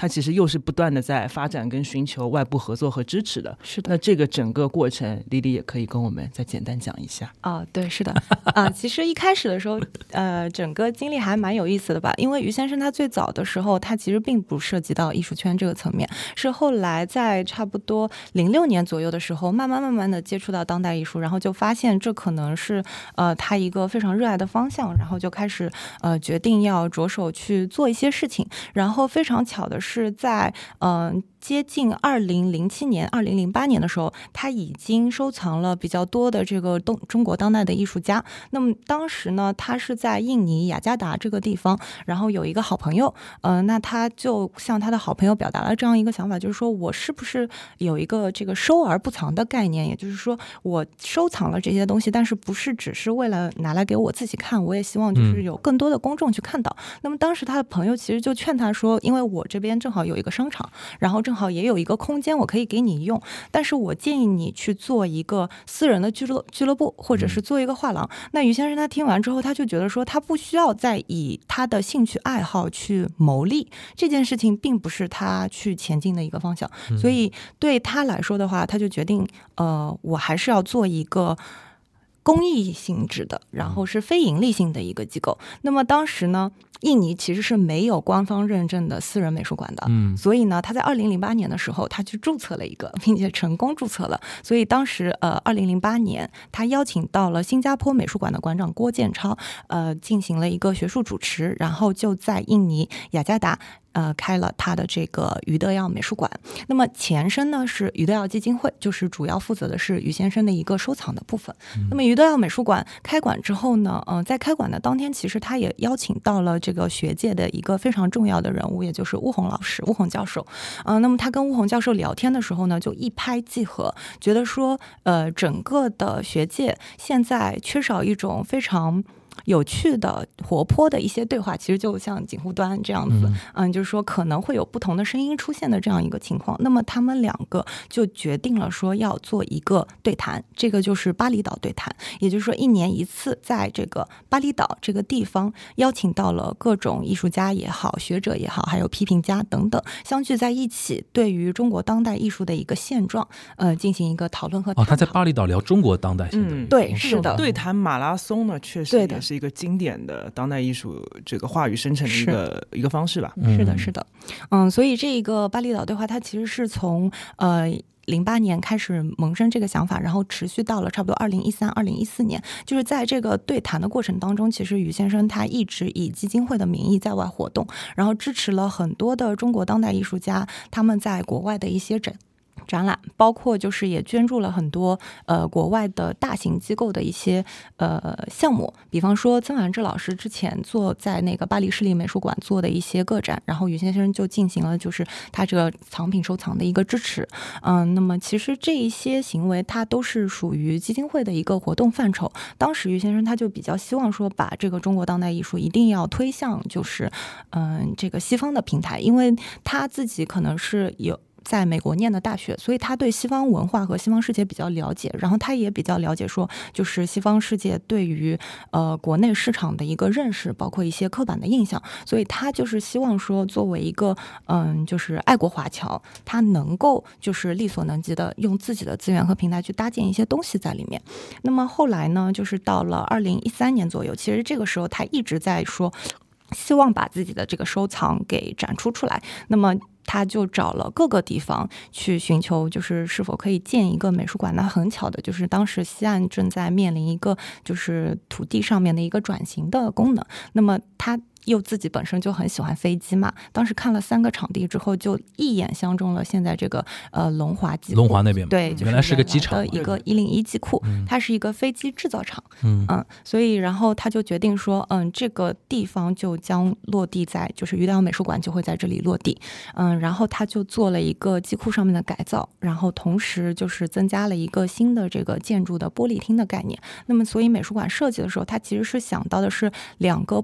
它其实又是不断的在发展跟寻求外部合作和支持的。 是的， 那这个整个过程，李李也可以跟我们再简单讲一下。 啊，对，是的，啊，其实一开始的时候，呃，整个经历还蛮有意思的吧，因为于先生他最早的时候，他其实并不涉及到艺术圈这个层面，是后来在差不多零六年左右的时候，慢慢慢慢的接触到当代艺术，然后就发现这可能是呃他一个非常热爱的方向，然后就开始呃决定要着手去做一些事情，然后非常巧的是在嗯。呃接近二零零七年、二零零八年的时候，他已经收藏了比较多的这个东中国当代的艺术家。那么当时呢，他是在印尼雅加达这个地方，然后有一个好朋友，呃，那他就向他的好朋友表达了这样一个想法，就是说我是不是有一个这个收而不藏的概念，也就是说我收藏了这些东西，但是不是只是为了拿来给我自己看，我也希望就是有更多的公众去看到。嗯、那么当时他的朋友其实就劝他说，因为我这边正好有一个商场，然后正好也有一个空间我可以给你用，但是我建议你去做一个私人的俱乐俱乐部，或者是做一个画廊。嗯、那于先生他听完之后，他就觉得说他不需要再以他的兴趣爱好去牟利，这件事情并不是他去前进的一个方向，嗯、所以对他来说的话，他就决定呃，我还是要做一个公益性质的，然后是非盈利性的一个机构。那么当时呢，印尼其实是没有官方认证的私人美术馆的，嗯，所以呢，他在二零零八年的时候，他去注册了一个，并且成功注册了。所以当时，呃，二零零八年，他邀请到了新加坡美术馆的馆长郭建超，呃，进行了一个学术主持，然后就在印尼雅加达。呃，开了他的这个余德耀美术馆。那么前身呢是余德耀基金会，就是主要负责的是余先生的一个收藏的部分。嗯、那么余德耀美术馆开馆之后呢，嗯、呃，在开馆的当天，其实他也邀请到了这个学界的一个非常重要的人物，也就是巫红老师、巫红教授。嗯、呃，那么他跟巫红教授聊天的时候呢，就一拍即合，觉得说，呃，整个的学界现在缺少一种非常有趣的活泼的一些对话，其实就像锦湖端这样子，嗯、嗯，就是说可能会有不同的声音出现的这样一个情况。那么他们两个就决定了说要做一个对谈，这个就是巴厘岛对谈，也就是说一年一次，在这个巴厘岛这个地方邀请到了各种艺术家也好、学者也好，还有批评家等等，相聚在一起，对于中国当代艺术的一个现状，呃，进行一个讨论和探讨。 哦，他在巴厘岛聊中国当代现状， 嗯，对，是的， 对谈马拉松呢，确实也是一个经典的当代艺术这个话语生成的一个一个方式吧。 是的，是的，嗯，所以这个巴厘岛对话，它其实是从呃。零八年开始萌生这个想法，然后持续到了差不多二零一三、二零一四年。就是在这个对谈的过程当中，其实余先生他一直以基金会的名义在外活动，然后支持了很多的中国当代艺术家他们在国外的一些展。展览，包括就是也捐助了很多呃国外的大型机构的一些呃项目，比方说曾完志老师之前做在那个巴黎市立美术馆做的一些个展，然后余先生就进行了就是他这个藏品收藏的一个支持。嗯、呃，那么其实这一些行为它都是属于基金会的一个活动范畴。当时余先生他就比较希望说把这个中国当代艺术一定要推向就是嗯、呃、这个西方的平台，因为他自己可能是有在美国念的大学，所以他对西方文化和西方世界比较了解，然后他也比较了解说就是西方世界对于呃国内市场的一个认识，包括一些刻板的印象，所以他就是希望说作为一个嗯就是爱国华侨，他能够就是力所能及的用自己的资源和平台去搭建一些东西在里面。那么后来呢，就是到了二零一三年左右，其实这个时候他一直在说希望把自己的这个收藏给展出出来，那么他就找了各个地方去寻求就是是否可以建一个美术馆。那很巧的就是当时西岸正在面临一个就是土地上面的一个转型的功能，那么他又自己本身就很喜欢飞机嘛，当时看了三个场地之后，就一眼相中了现在这个呃龙华机库， 龙华那边对，就是原来是个机场的一个一零一机库，嗯、它是一个飞机制造厂， 嗯嗯，所以然后他就决定说，嗯，这个地方就将落地在就是余德耀美术馆就会在这里落地，嗯，然后他就做了一个机库上面的改造，然后同时就是增加了一个新的这个建筑的玻璃厅的概念。那么所以美术馆设计的时候，它其实是想到的是两个不同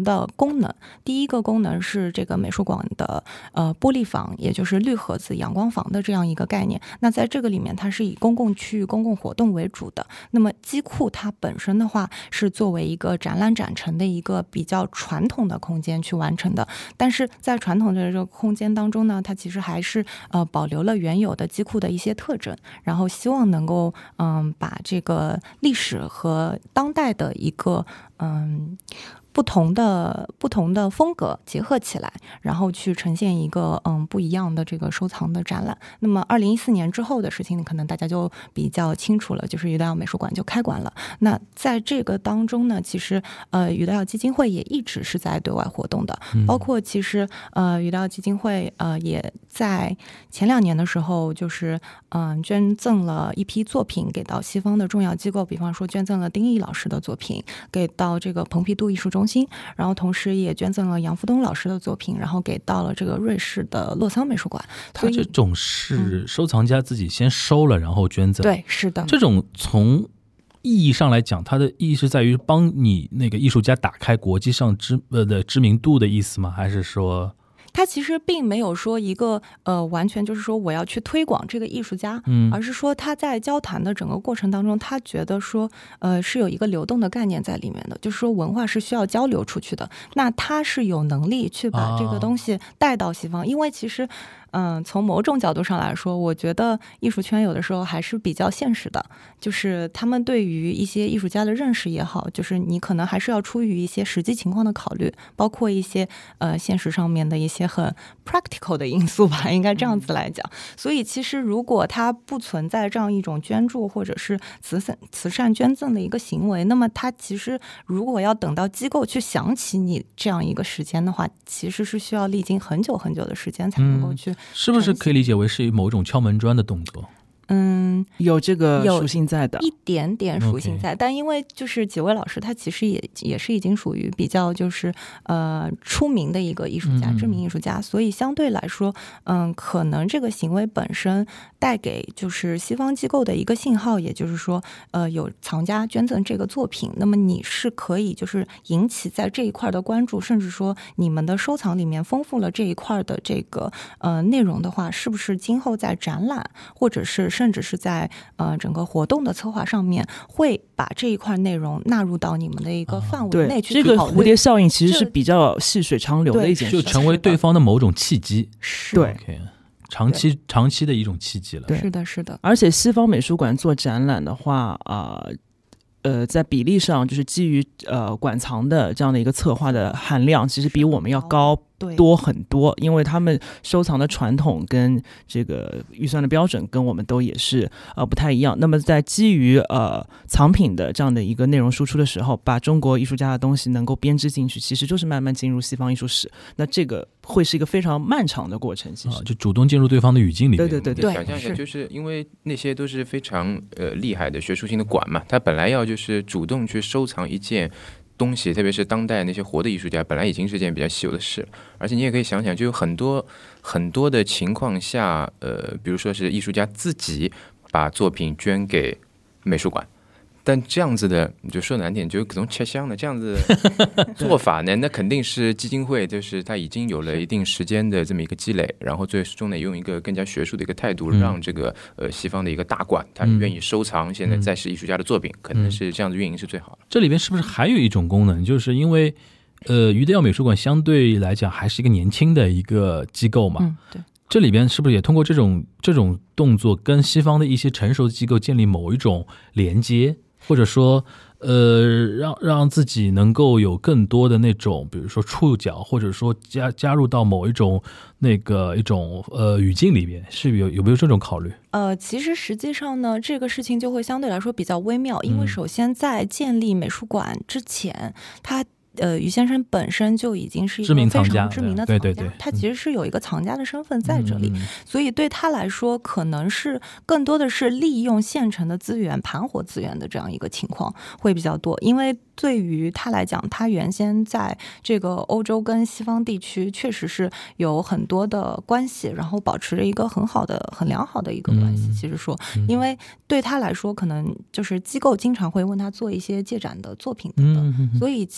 的功能。第一个功能是这个美术馆的呃玻璃房，也就是绿盒子阳光房的这样一个概念。那在这个里面，它是以公共区域、公共活动为主的。那么机库它本身的话，是作为一个展览展陈的一个比较传统的空间去完成的。但是在传统的这个空间当中呢，它其实还是呃保留了原有的机库的一些特征，然后希望能够嗯把这个历史和当代的一个嗯不同的不同的风格结合起来，然后去呈现一个嗯不一样的这个收藏的展览。那么二零一四年之后的事情，可能大家就比较清楚了，就是余德耀美术馆就开馆了。那在这个当中呢，其实呃余德耀基金会也一直是在对外活动的，包括其实呃余德耀基金会呃也在前两年的时候，就是嗯、呃、捐赠了一批作品给到西方的重要机构，比方说捐赠了丁毅老师的作品给到这个蓬皮杜艺术中心，然后同时也捐赠了杨福东老师的作品，然后给到了这个瑞士的洛桑美术馆。 他这种是收藏家自己先收了，然后捐赠。 对，是的。 这种从意义上来讲，它的意义是在于帮你那个艺术家打开国际上知呃的知名度的意思吗？还是说？ 他其实并没有说一个呃完全就是说我要去推广这个艺术家， 嗯， 而是说他在交谈的整个过程当中，他觉得说呃是有一个流动的概念在里面的，就是说文化是需要交流出去的。那他是有能力去把这个东西带到西方，啊、因为其实嗯、呃、从某种角度上来说，我觉得艺术圈有的时候还是比较现实的，就是他们对于一些艺术家的认识也好，就是你可能还是要出于一些实际情况的考虑，包括一些呃现实上面的一些很 practical 的因素吧，应该这样子来讲。所以其实如果它不存在这样一种捐助或者是慈善慈善捐赠的一个行为，那么它其实如果要等到机构去想起你这样一个时间的话，其实是需要历经很久很久的时间才能够去、嗯、 是不是可以理解为是某种敲门砖的动作？ 嗯， 有这个属性在的， 一点点属性在， okay. 但因为就是几位老师，他其实也也是已经属于比较就是呃出名的一个艺术家，知名艺术家，所以相对来说，嗯，可能这个行为本身带给就是西方机构的一个信号，也就是说，呃，有藏家捐赠这个作品，那么你是可以就是引起在这一块的关注，甚至说你们的收藏里面丰富了这一块的这个呃内容的话，是不是今后在展览或者是甚至是在呃整个活动的策划上面，会把这一块内容纳入到你们的一个范围内去讨论。 这个蝴蝶效应其实是比较细水长流的一件事， 就成为对方的某种契机。 是， 对。 Okay. 长期长期的一种契机了。 是的，是的。 而且西方美术馆做展览的话，呃呃，在比例上就是基于呃馆藏的这样的一个策划的含量，其实比我们要高多很多，因为他们收藏的传统跟这个预算的标准跟我们都也是呃不太一样。那么在基于呃藏品的这样的一个内容输出的时候，把中国艺术家的东西能够编织进去，其实就是慢慢进入西方艺术史。那这个会是一个非常漫长的过程，其实、 啊、就主动进入对方的语境里面。 对对对对， 想象一下，就是因为那些都是非常呃厉害的学术性的馆嘛，他本来要就是主动去收藏一件东西，特别是当代那些活的艺术家，本来已经是件比较稀有的事，而且你也可以想想，就有很多很多的情况下，呃，比如说是艺术家自己把作品捐给美术馆，但这样子的，你就说难点，就各种切香的这样子的做法呢，那肯定是基金会，就是他已经有了一定时间的这么一个积累，然后最终呢，用一个更加学术的一个态度，嗯、让这个呃西方的一个大馆，他愿意收藏现在在世艺术家的作品，嗯、可能是这样子运营是最好的。 这里边是不是还有一种功能，就是因为呃余德耀美术馆相对来讲还是一个年轻的一个机构嘛？ 嗯，对。 这里边是不是也通过这种这种动作，跟西方的一些成熟的机构建立某一种连接？或者说呃，让让自己能够有更多的那种，比如说触角，或者说加加入到某一种那个一种呃语境里面，是有有没有这种考虑？ 呃，其实实际上呢，这个事情就会相对来说比较微妙，因为首先在建立美术馆之前，它。呃，余先生本身就已经是一个非常知名的藏家， 对对对， 他其实是有一个藏家的身份在这里， 嗯、 所以对他来说，可能是更多的是利用现成的资源、盘活资源的这样一个情况会比较多。因为对于他来讲，他原先在这个欧洲跟西方地区确实是有很多的关系，然后保持着一个很好的、很良好的一个关系。嗯、其实说，因为对他来说，可能就是机构经常会问他做一些借展的作品等等， 嗯、 所以其实实。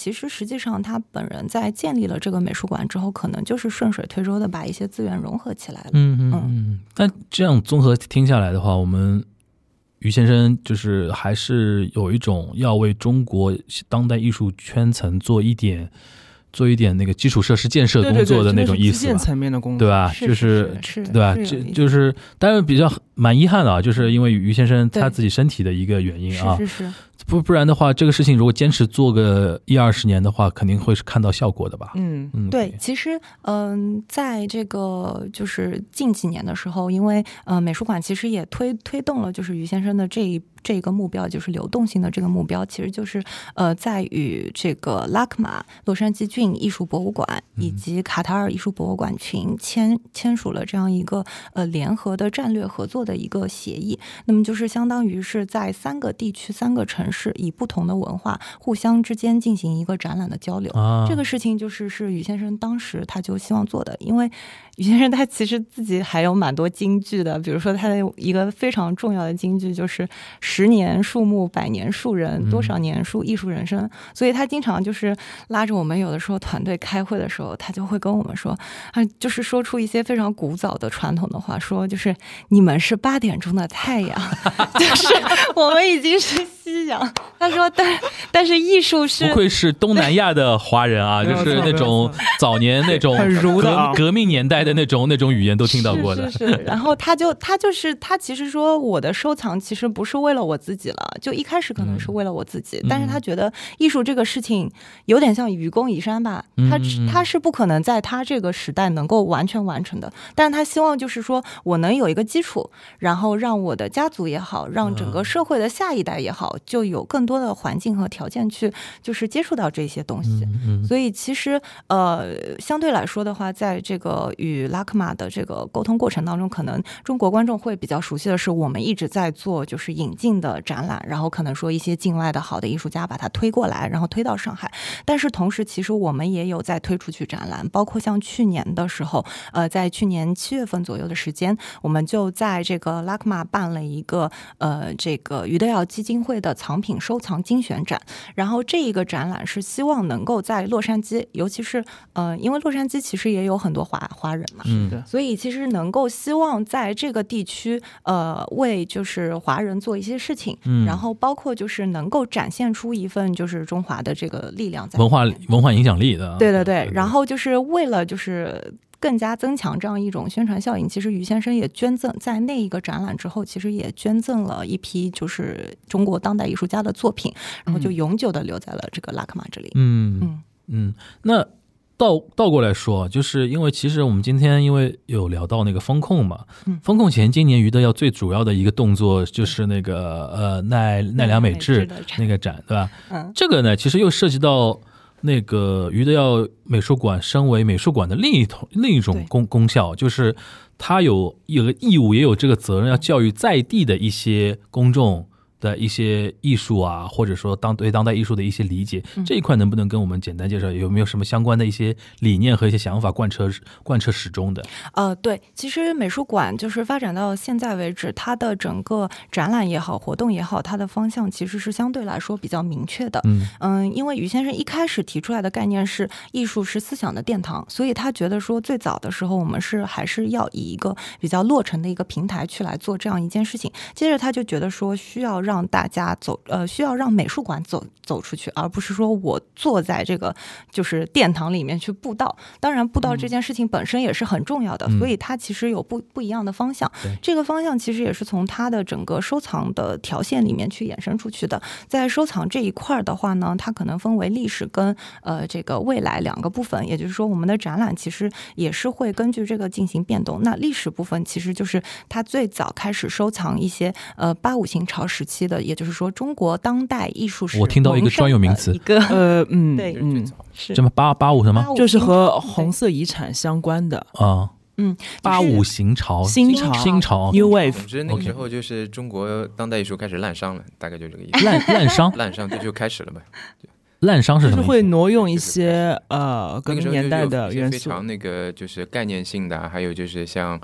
实际上他本人在建立了这个美术馆之后，可能就是顺水推舟的把一些资源融合起来了。 嗯嗯嗯。但这样综合听下来的话，我们于先生就是还是有一种要为中国当代艺术圈层做一点。做一点那个基础设施建设工作的那种意思吧， 层面的工作， 对吧？ 是就是是是对吧？这就是当然比较蛮遗憾的啊，就是因为于先生他自己身体的一个原因啊， 是是是。 不不然的话，这个事情如果坚持做个一二十年的话，肯定会是看到效果的吧？ 嗯嗯， 对，其实嗯、呃，在这个就是近几年的时候，因为呃美术馆其实也推推动了就是于先生的这一这个目标，就是流动性的这个目标，其实就是呃在与这个拉克玛洛杉矶郡艺术博物馆以及卡塔尔艺术博物馆群签签署了这样一个呃联合的战略合作的一个协议。那么就是相当于是在三个地区、三个城市，以不同的文化互相之间进行一个展览的交流。 啊、 这个事情就是是于先生当时他就希望做的，因为于先生他其实自己还有蛮多金句的，比如说他的一个非常重要的金句就是十年树木，百年树人，多少年树艺术人生、嗯、所以他经常就是拉着我们有的时候团队开会的时候，他就会跟我们说啊，就是说出一些非常古早的传统的话，说就是你们是八点钟的太阳就是我们已经是夕阳。他说但但是艺术是不愧是东南亚的华人啊，就是那种早年那种革革命年代的那种那种语言都听到过的。 是是是。然后他就他就是他其实说我的收藏其实不是为了我自己了，就一开始可能是为了我自己、嗯、但是他觉得艺术这个事情有点像愚公移山吧，他他是不可能在他这个时代能够完全完成的，但是他希望就是说我能有一个基础，然后让我的家族也好，让整个社会的下一代也好，就有更多的环境和条件去就是接触到这些东西。 嗯嗯、 所以其实呃相对来说的话，在这个与拉克玛的这个沟通过程当中，可能中国观众会比较熟悉的是我们一直在做就是引进的展览，然后可能说一些境外的好的艺术家把它推过来，然后推到上海。但是同时其实我们也有在推出去展览，包括像去年的时候呃，在去年七月份左右的时间，我们就在这个拉克玛办了一个呃这个余德耀基金会的藏品收藏精选展，然后这一个展览是希望能够在洛杉矶，尤其是呃因为洛杉矶其实也有很多华华人嘛， 嗯， 所以其实能够希望在这个地区呃为就是华人做一些事情，嗯，然后包括就是能够展现出一份就是中华的这个力量在文化文化影响力的， 对对对，然后就是为了就是更加增强这样一种宣传效应，其实于先生也捐赠在那一个展览之后，其实也捐赠了一批就是中国当代艺术家的作品，然后就永久的留在了这个拉克玛这里。 嗯嗯嗯，那倒倒过来说，就是因为其实我们今天因为有聊到那个风控嘛，嗯、风控前今年余德耀最主要的一个动作就是那个呃奈奈良美智那个展，对吧？嗯，这个呢其实又涉及到那个余德耀美术馆身为美术馆的另一种另一种功功效，就是它有有个义务也有这个责任要教育在地的一些公众的一些艺术啊，或者说当对当代艺术的一些理解，这一块能不能跟我们简单介绍，有没有什么相关的一些理念和一些想法贯彻贯彻始终的？ 呃，对，其实美术馆就是发展到现在为止，它的整个展览也好，活动也好，它的方向其实是相对来说比较明确的。嗯嗯，因为于先生一开始提出来的概念是艺术是思想的殿堂，所以他觉得说最早的时候我们是还是要以一个比较落成的一个平台去来做这样一件事情。接着他就觉得说需要让大家走，呃，需要让美术馆走走出去，而不是说我坐在这个就是殿堂里面去布道。当然，布道这件事情本身也是很重要的，嗯、所以它其实有不不一样的方向。这个方向其实也是从它的整个收藏的条线里面去衍生出去的。在收藏这一块的话呢，它可能分为历史跟呃这个未来两个部分，也就是说，我们的展览其实也是会根据这个进行变动。那历史部分其实就是它最早开始收藏一些呃八五新潮时期的，也就是说中国当代艺术史。 我听到一个专有名词， 一个呃嗯对嗯是什么八八五什么， 就是和红色遗产相关的啊。 嗯， 八五新潮， 新潮， 新潮 ，New Wave。 总之那个时候就是中国当代艺术开始滥觞了，大概就这个意思。 滥滥觞， 滥觞这就开始了呗。 滥觞是什么？ 就是会挪用一些呃革命年代的元素， 非常那个就是概念性的，还有就是像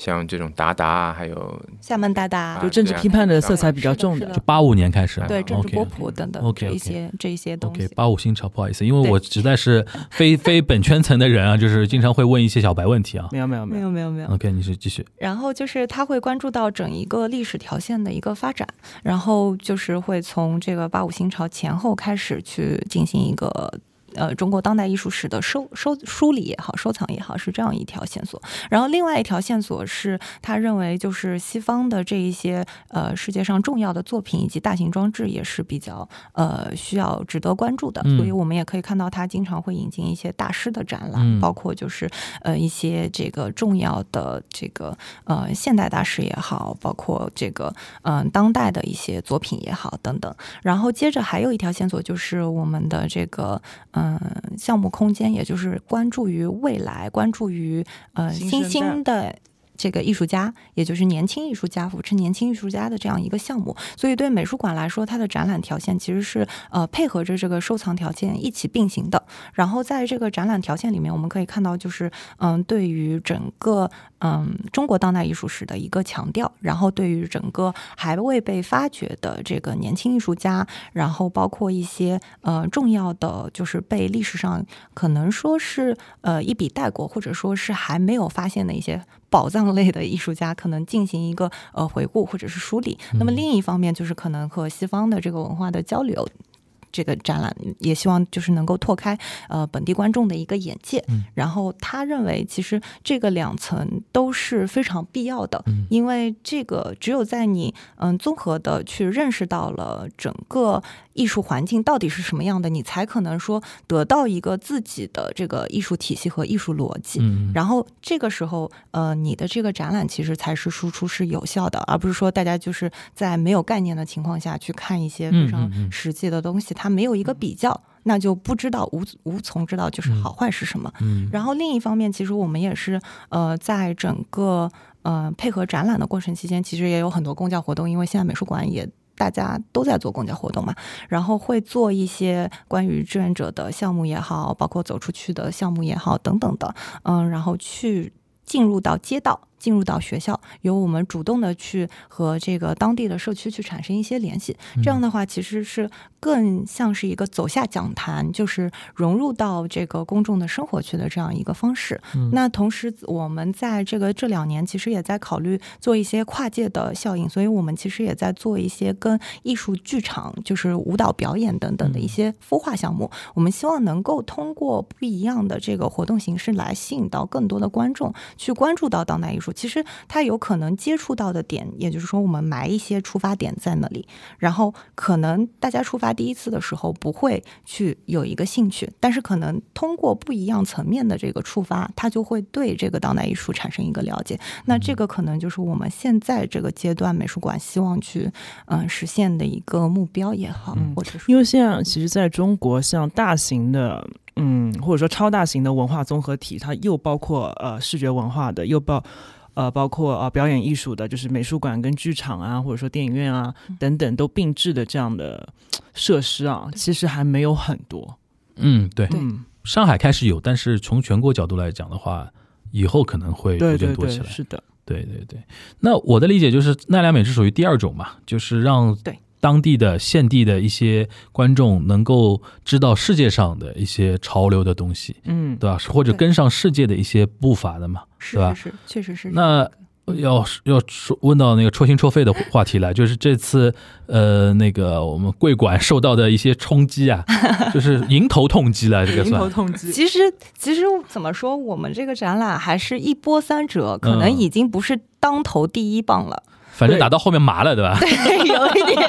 像这种达达啊，还有厦门达达， 就政治批判的色彩比较重的。 是的就八五年开始， 对政治波 OK， 普等等 OK， 这一些这一些东西。 OK， 八五新潮，不好意思，因为我实在是非非本圈层的人啊，就是经常会问一些小白问题啊。 没有没有没有没有没有。 OK， 你是继续。 然后就是他会关注到整一个历史条线的一个发展，然后就是会从这个八五新潮前后开始去进行一个。呃，中国当代艺术史的收收梳理也好，收藏也好，是这样一条线索。然后另外一条线索是他认为，就是西方的这一些呃世界上重要的作品以及大型装置也是比较呃需要值得关注的。 嗯、 所以我们也可以看到，他经常会引进一些大师的展览， 嗯、 包括就是呃一些这个重要的这个呃现代大师也好，包括这个嗯、呃、当代的一些作品也好等等。然后接着还有一条线索就是我们的这个。呃嗯，项目空间也就是关注于未来，关注于呃新兴的这个艺术家，也就是年轻艺术家，扶持年轻艺术家的这样一个项目。所以对美术馆来说，它的展览条线其实是呃配合着这个收藏条件一起并行的。然后在这个展览条线里面，我们可以看到就是嗯、呃，对于整个嗯中国当代艺术史的一个强调，然后对于整个还未被发掘的这个年轻艺术家，然后包括一些呃重要的就是被历史上可能说是呃一笔带过，或者说是还没有发现的一些宝藏类的艺术家，可能进行一个呃回顾或者是梳理。那么另一方面就是可能和西方的这个文化的交流。这个展览也希望就是能够拓开呃本地观众的一个眼界， 嗯、 然后他认为其实这个两层都是非常必要的， 嗯、 因为这个只有在你嗯综合的去认识到了整个艺术环境到底是什么样的，你才可能说得到一个自己的这个艺术体系和艺术逻辑， 嗯、 然后这个时候呃你的这个展览其实才是输出是有效的，而不是说大家就是在没有概念的情况下去看一些非常实际的东西，它没有一个比较，那就不知道无无从知道就是好坏是什么。 嗯， 然后另一方面，其实我们也是呃在整个呃配合展览的过程期间，其实也有很多公教活动，因为现在美术馆也大家都在做公教活动嘛，然后会做一些关于志愿者的项目也好，包括走出去的项目也好等等的，嗯，然后去进入到街道。进入到学校，由我们主动的去和这个当地的社区去产生一些联系，这样的话其实是更像是一个走下讲坛，就是融入到这个公众的生活去的这样一个方式。 嗯、 那同时我们在这个这两年其实也在考虑做一些跨界的效应，所以我们其实也在做一些跟艺术剧场，就是舞蹈表演等等的一些孵化项目。我们希望能够通过不一样的这个活动形式来吸引到更多的观众去关注到当代艺术。其实他有可能接触到的点，也就是说我们埋一些出发点在那里，然后可能大家出发第一次的时候不会去有一个兴趣，但是可能通过不一样层面的这个触发，他就会对这个当代艺术产生一个了解。那这个可能就是我们现在这个阶段美术馆希望去嗯实现的一个目标也好， 嗯、 或者说因为现在其实在中国像大型的嗯或者说超大型的文化综合体，它又包括呃视觉文化的，又包呃，包括呃表演艺术的，就是美术馆跟剧场啊，或者说电影院啊、嗯、等等都并置的这样的设施啊，其实还没有很多。 嗯，对， 嗯， 上海开始有，但是从全国角度来讲的话，以后可能会逐渐多起来。 对对对，是的， 对对对。那我的理解就是奈良美是属于第二种嘛，就是让对。 当地的现地的一些观众能够知道世界上的一些潮流的东西， 嗯， 对吧？或者跟上世界的一些步伐的嘛， 是对吧？ 是是，确实是。 那要要说问到那个戳心戳肺的话题来，就是这次呃那个我们贵馆受到的一些冲击啊，就是迎头痛击了，这个算迎头痛击。 其实其实怎么说，我们这个展览还是一波三折，可能已经不是当头第一棒了。 嗯，反正打到后面麻了，对吧？ 对，有一点。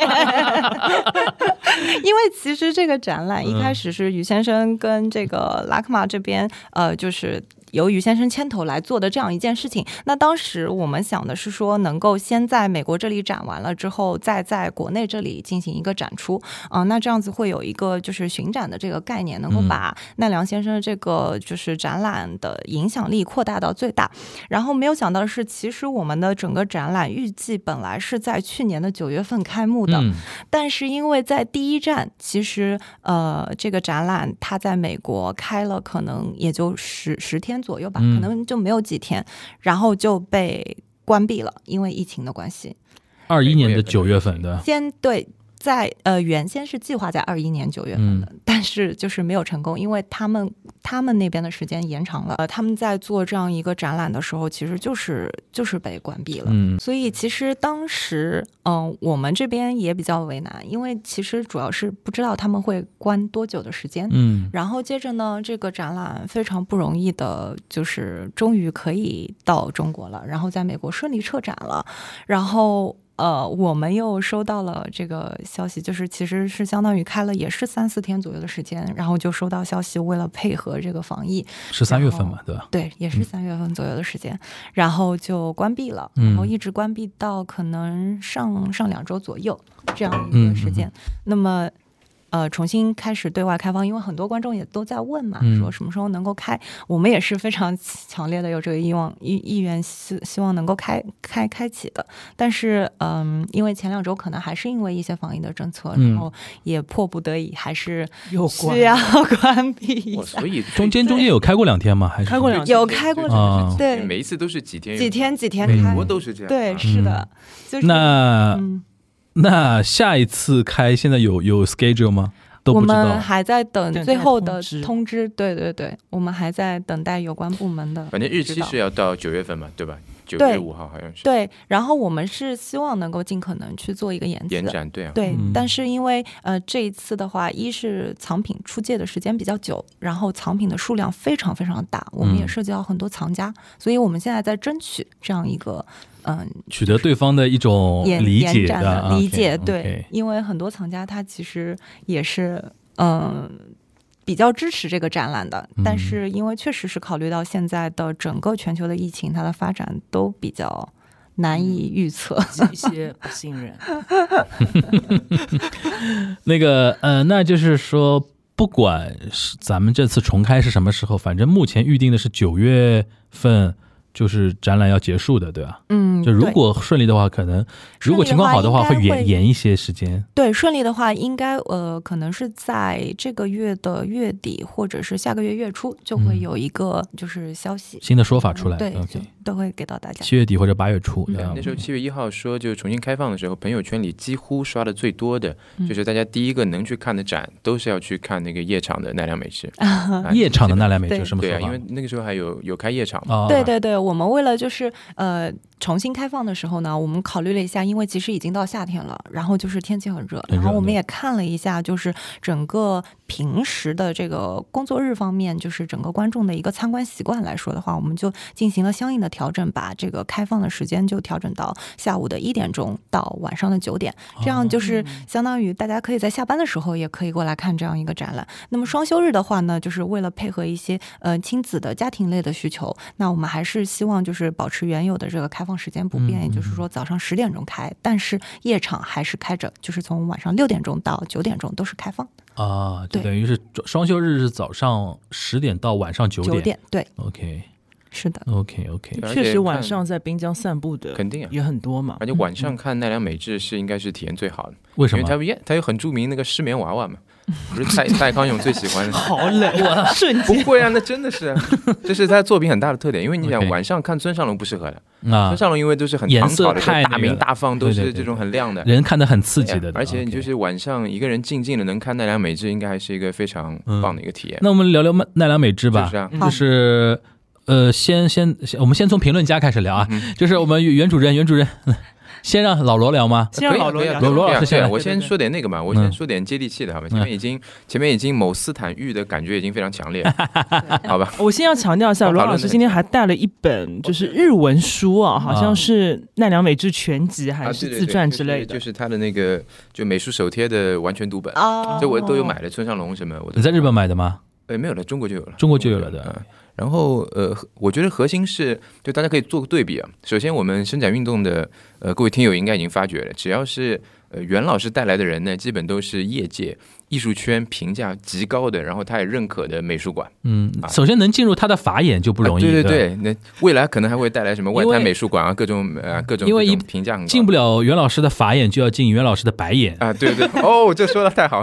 因为其实这个展览一开始是于先生跟这个拉克玛这边，呃，就是由于先生牵头来做的这样一件事情。那当时我们想的是说，能够先在美国这里展完了之后，再在国内这里进行一个展出啊、呃，那这样子会有一个就是巡展的这个概念，能够把奈良先生的这个就是展览的影响力扩大到最大。然后没有想到的是，其实我们的整个展览预计本来是在去年的九月份开幕的， 嗯、 但是因为在第一站，其实呃这个展览它在美国开了可能也就十十天。 天左右吧， 嗯可能就没有几天，然后就被关闭了，因为疫情的关系。 二一年的九月份的， 先对。在呃，原先是计划在二一年九月份的、嗯，但是就是没有成功，因为他们他们那边的时间延长了。呃，他们在做这样一个展览的时候，其实就是就是被关闭了。嗯，所以其实当时嗯、呃，我们这边也比较为难，因为其实主要是不知道他们会关多久的时间。嗯，然后接着呢，这个展览非常不容易的，就是终于可以到中国了，然后在美国顺利撤展了，然后。呃，我们又收到了这个消息，就是其实是相当于开了也是三四天左右的时间，然后就收到消息，为了配合这个防疫， 是三月份嘛，对吧？ 对，也是三月份左右的时间，嗯、然后就关闭了，然后一直关闭到可能上上两周左右这样一个时间。嗯、那么。呃，重新开始对外开放，因为很多观众也都在问嘛，嗯、说什么时候能够开，我们也是非常强烈的有这个意望意意愿，希希望能够开开开启的。但是，嗯，因为前两周可能还是因为一些防疫的政策，嗯、然后也迫不得已还是需要关闭一下。 所以中间中间有开过两天吗？还是开过两天有开过两天？对， 每一次都是几天几天几天开， 美国都是这样。 对，是的， 嗯、 就是那。 嗯那下一次开现在有有 schedule 吗？都不知道， 我们还在等最后的通知。对对对，我们还在等待有关部门的。 反正日期是要到九月份嘛，对吧？九月五号好像是。 对，然后我们是希望能够尽可能去做一个延期延展，对啊。 对，嗯、但是因为呃这一次的话，一是藏品出界的时间比较久，然后藏品的数量非常非常大，我们也涉及到很多藏家，嗯、所以我们现在在争取这样一个。嗯， 取得对方的一种理解的理解， okay, 对， okay 因为很多藏家他其实也是嗯比较支持这个展览的，但是因为确实是考虑到现在的整个全球的疫情，它的发展都比较难以预测， 一些不信任。 那个呃，那就是说，不管是咱们这次重开是什么时候，反正目前预定的是九月份。就是展览要结束的，对吧？ 嗯， 就如果顺利的话，可能如果情况好的话，会延延一些时间。 对，顺利的话，应该呃，可能是在这个月的月底，或者是下个月月初，就会有一个就是消息、 嗯、新的说法出来。 嗯、对 ，OK， 都会给到大家。 七月底或者八月初。 对，那时候七月一号说就重新开放的时候，朋友圈里几乎刷的最多的，嗯、就是大家第一个能去看的展，都是要去看那个夜场的奈良美智。 啊、夜场的奈良美智什么说法？ 对啊，因为那个时候还有有开夜场嘛。 哦、 对对对。我们为了就是呃重新开放的时候呢，我们考虑了一下，因为其实已经到夏天了，然后就是天气很热，然后我们也看了一下，就是整个平时的这个工作日方面，就是整个观众的一个参观习惯来说的话，我们就进行了相应的调整，把这个开放的时间就调整到下午的一点钟到晚上的九点，这样就是相当于大家可以在下班的时候也可以过来看这样一个展览。那么双休日的话呢，就是为了配合一些呃亲子的家庭类的需求，那我们还是希望就是保持原有的这个开放时间不变，嗯、也就是说早上十点钟开，但是夜场还是开着，就是从晚上六点钟到九点钟都是开放的啊，就等于是双休日是早上十点到晚上九点。 九点，对 ，OK， 是的 ，OK OK， 确实晚上在滨江散步的肯定也很多嘛， 而且晚上看奈良美智是应该是体验最好的， 为什么？ 因为它它有很著名那个失眠娃娃嘛。不是蔡蔡康永最喜欢的， 好冷啊！瞬间不会啊，那真的是，这是他作品很大的特点。因为你想晚上看村上隆不适合的，啊、村上隆因为都是很颜色的太大明大放，都是这种很亮的， 对对对，人看得很刺激的。 而且你就是晚上一个人静静的能看奈良美智，应该还是一个非常棒的一个体验。 嗯、那我们聊聊奈良美智吧， 就是、啊、 就是呃，先先我们先从评论家开始聊啊，嗯、就是我们原主任原主任。先让老罗聊吗？ 先让老罗聊。 罗罗老师先， 我先说点那个嘛，我先说点接地气的，好吧？前面已经前面已经某斯坦玉的感觉已经非常强烈，好吧？ 我先要强调一下，罗老师今天还带了一本就是日文书啊，好像是奈良美智全集还是自传之类的， 就是他的那个就美术手贴的完全读本，这我都有买的，村上隆什么。 你在日本买的吗？ 呃，没有了，中国就有了， 中国就有了的。 然后呃，我觉得核心是，就大家可以做个对比啊。首先，我们伸展运动的呃各位听友应该已经发觉了，只要是呃袁老师带来的人呢，基本都是业界艺术圈评价极高的，然后他也认可的美术馆。 嗯，啊、首先能进入他的法眼就不容易。 啊、对对对，那未来可能还会带来什么外滩美术馆啊，各种呃各种因为一评价很高， 进不了袁老师的法眼，就要进袁老师的白眼啊。对对，哦，这说的太好。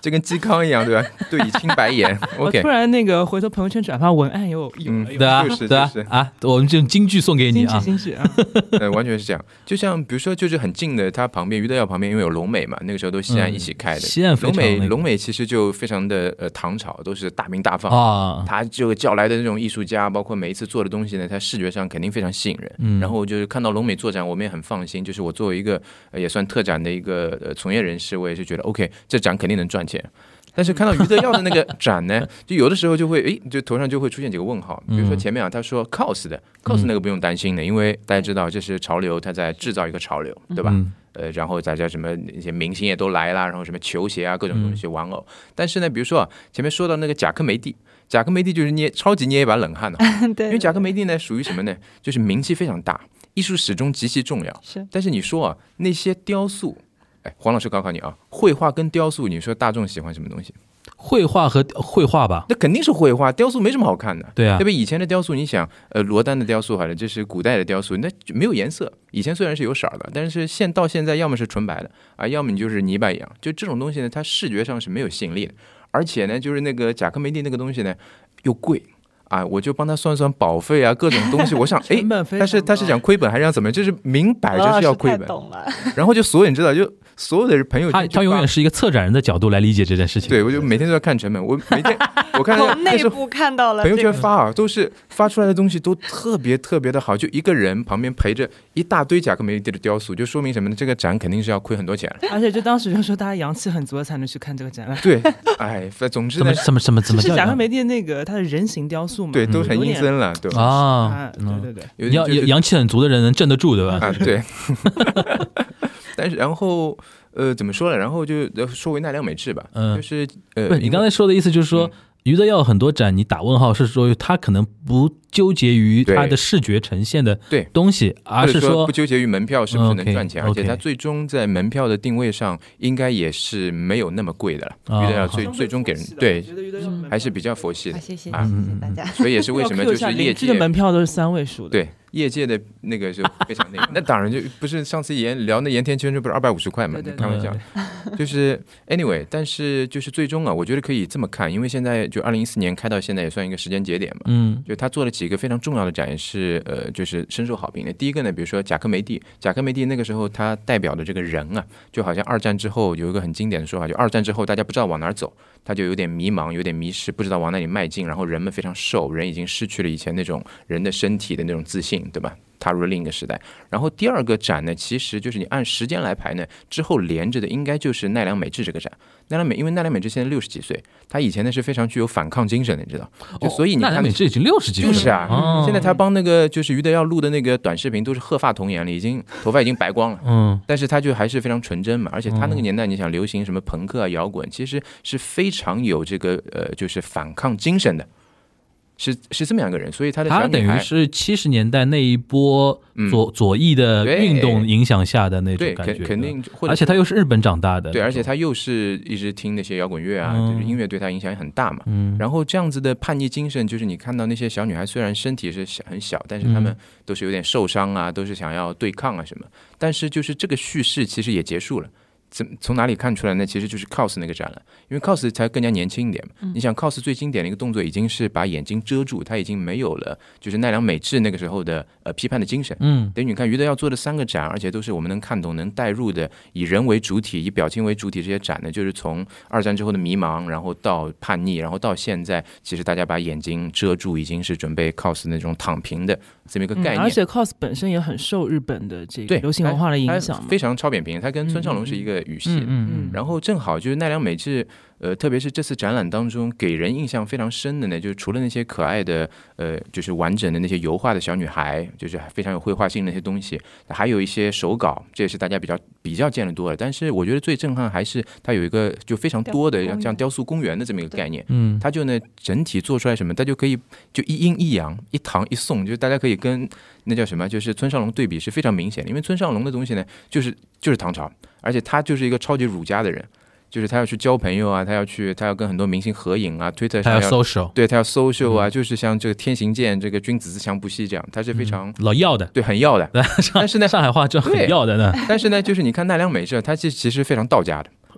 就跟嵇康一样，对吧？对以青白眼。 我 OK， 突然那个回头朋友圈转发文案有有嗯了有对啊， 就是对啊就是啊，我们这种金句送给你京剧啊， 京剧啊， 呃，完全是这样。就像比如说，就是很近的，它旁边余德耀旁边因为有龙美嘛，那个时候都西安一起开的。 嗯西安非龙美常那个龙美其实就非常的呃唐朝，都是大名大放。 啊， 他这个叫来的那种艺术家，包括每一次做的东西呢，他视觉上肯定非常吸引人。 嗯然后就是看到龙美做展，我们也很放心。就是我作为一个、呃、也算特展的一个呃从业人士，我也是觉得 OK， 这展肯定能赚钱。但是看到余德耀的那个展呢，就有的时候就会诶，就头上就会出现几个问号。比如说前面啊，他说 cos 的 cos 那个不用担心的，因为大家知道这是潮流，他在制造一个潮流，对吧？ 嗯呃，然后大家什么一些明星也都来啦，然后什么球鞋啊，各种东西玩偶。但是呢，比如说啊，前面说到那个贾科梅蒂，贾科梅蒂就是捏超级捏一把冷汗的、啊， 对， 因为贾科梅蒂呢属于什么呢？就是名气非常大，艺术史中极其重要。 是， 但是你说啊，那些雕塑，哎，黄老师考考你啊，绘画跟雕塑，你说大众喜欢什么东西？ 绘画和绘画吧， 那肯定是绘画，雕塑没什么好看的。 对啊对吧？以前的雕塑，你想，呃，罗丹的雕塑好了，这是古代的雕塑，那就没有颜色。以前虽然是有色的，但是现到现在，要么是纯白的啊，要么你就是泥巴一样。就这种东西呢，它视觉上是没有吸引力的，而且呢，就是那个贾科梅蒂那个东西呢，又贵。啊，我就帮他算算保费啊，各种东西。我想，哎，但是他是讲亏本还是讲怎么样？就是明摆着是要亏本。 懂了。 然后就所有人知道，就所有的朋友， 他他永远是一个策展人的角度来理解这件事情。 对，我就每天都要看成本。我每天我看从内部看到了朋友圈发啊，都是发出来的东西都特别特别的好，就一个人旁边陪着一大堆贾科梅蒂的雕塑，就说明什么呢？这个展肯定是要亏很多钱。 而且就当时就说大家阳气很足才能去看这个展览。 对，哎，总之怎么怎么怎么怎么是贾科梅蒂那个他的人形雕塑嘛？ 对，都很阴森了，对吧？ 啊， 对对对， 有要阳气很足的人能镇得住，对吧？ 啊，对。但是然后呃，怎么说呢？然后就说回奈良美智吧， 嗯， 就是呃， 不，你刚才说的意思就是说，余德耀很多展你打问号是说他可能不纠结于他的视觉呈现的东西，而是说不纠结于门票是不是能赚钱， okay, 而且他最终在门票的定位上应该也是没有那么贵的了。 哦、 余德耀最最终给人对还是比较佛系的， 谢谢啊， 谢谢大家。 所以也是为什么就是业界的门票都是三位数的， 对。业界的那个就非常那个，那当然就不是上次言聊那盐田千春不是二百五十块嘛？开玩笑，就是 anyway， 但是就是最终啊，我觉得可以这么看，因为现在就二零一四年开到现在也算一个时间节点嘛， 嗯， 就他做了几个非常重要的展，也是呃就是深受好评的。第一个呢，比如说贾科梅蒂，贾科梅蒂那个时候他代表的这个人啊，就好像二战之后有一个很经典的说法，就二战之后大家不知道往哪儿走，他就有点迷茫，有点迷失，不知道往哪里迈进，然后人们非常瘦，人已经失去了以前那种人的身体的那种自信，对吧？踏入了另一个时代。然后第二个展呢，其实就是你按时间来排呢，之后连着的应该就是奈良美智这个展。奈良美，因为奈良美智现在六十几岁，他以前呢是非常具有反抗精神的，你知道？就所以你看， 奈良美智已经六十几岁了， 就是啊、 哦， 现在他帮那个就是余德耀录的那个短视频都是鹤发童颜了，已经头发已经白光了， 嗯， 但是他就还是非常纯真嘛，而且他那个年代，你想流行什么朋克啊、摇滚，其实是非常有这个呃，就是反抗精神的。是是这么样一个人，所以他的小女孩他等于是七十年代那一波左、嗯、左翼的运动影响下的那种感觉， 对，肯定， 而且他又是日本长大的， 对，而且他又是一直听那些摇滚乐啊， 嗯、 就是音乐对他影响也很大嘛。 嗯， 然后这样子的叛逆精神，就是你看到那些小女孩，虽然身体是小很小，但是她们都是有点受伤啊，都是想要对抗啊什么。但是就是这个叙事其实也结束了。从哪里看出来呢？其实就是 cos 那个展览，因为 cos 才更加年轻一点嘛。嗯、你想 cos 最经典的一个动作已经是把眼睛遮住，他已经没有了就是奈良美智那个时候的呃批判的精神。 嗯， 等于你看余德耀做的三个展，而且都是我们能看懂、能带入的，以人为主体、以表情为主体这些展呢，就是从二战之后的迷茫，然后到叛逆，然后到现在，其实大家把眼睛遮住，已经是准备 cos 那种躺平的这么一个概念。嗯、 而且 cos 本身也很受日本的这个流行文化的影响， 非常超扁平。他跟村上隆是一个语系。 嗯嗯嗯然后正好就是奈良美智，呃，特别是这次展览当中给人印象非常深的呢，就是除了那些可爱的，呃，就是完整的那些油画的小女孩，就是非常有绘画性的那些东西，还有一些手稿，这也是大家比较比较见得多的。但是我觉得最震撼还是它有一个就非常多的像雕塑公园的这么一个概念， 嗯， 它就呢整体做出来什么，它就可以就一阴一阳，一唐一宋，就是大家可以跟那叫什么，就是村上隆对比是非常明显的，因为村上隆的东西呢，就是就是唐朝。而且他就是一个超级儒家的人，就是他要去交朋友啊，他要去，他要跟很多明星合影啊 ，Twitter 上要， 他要 social， 对他要 social 啊，嗯、就是像这个天行健，这个君子自强不息这样，他是非常、 嗯、老要的， 对，很要的。但是呢， 上海话就很要的呢。 但是呢，就是你看奈良美智，他其实非常道家的。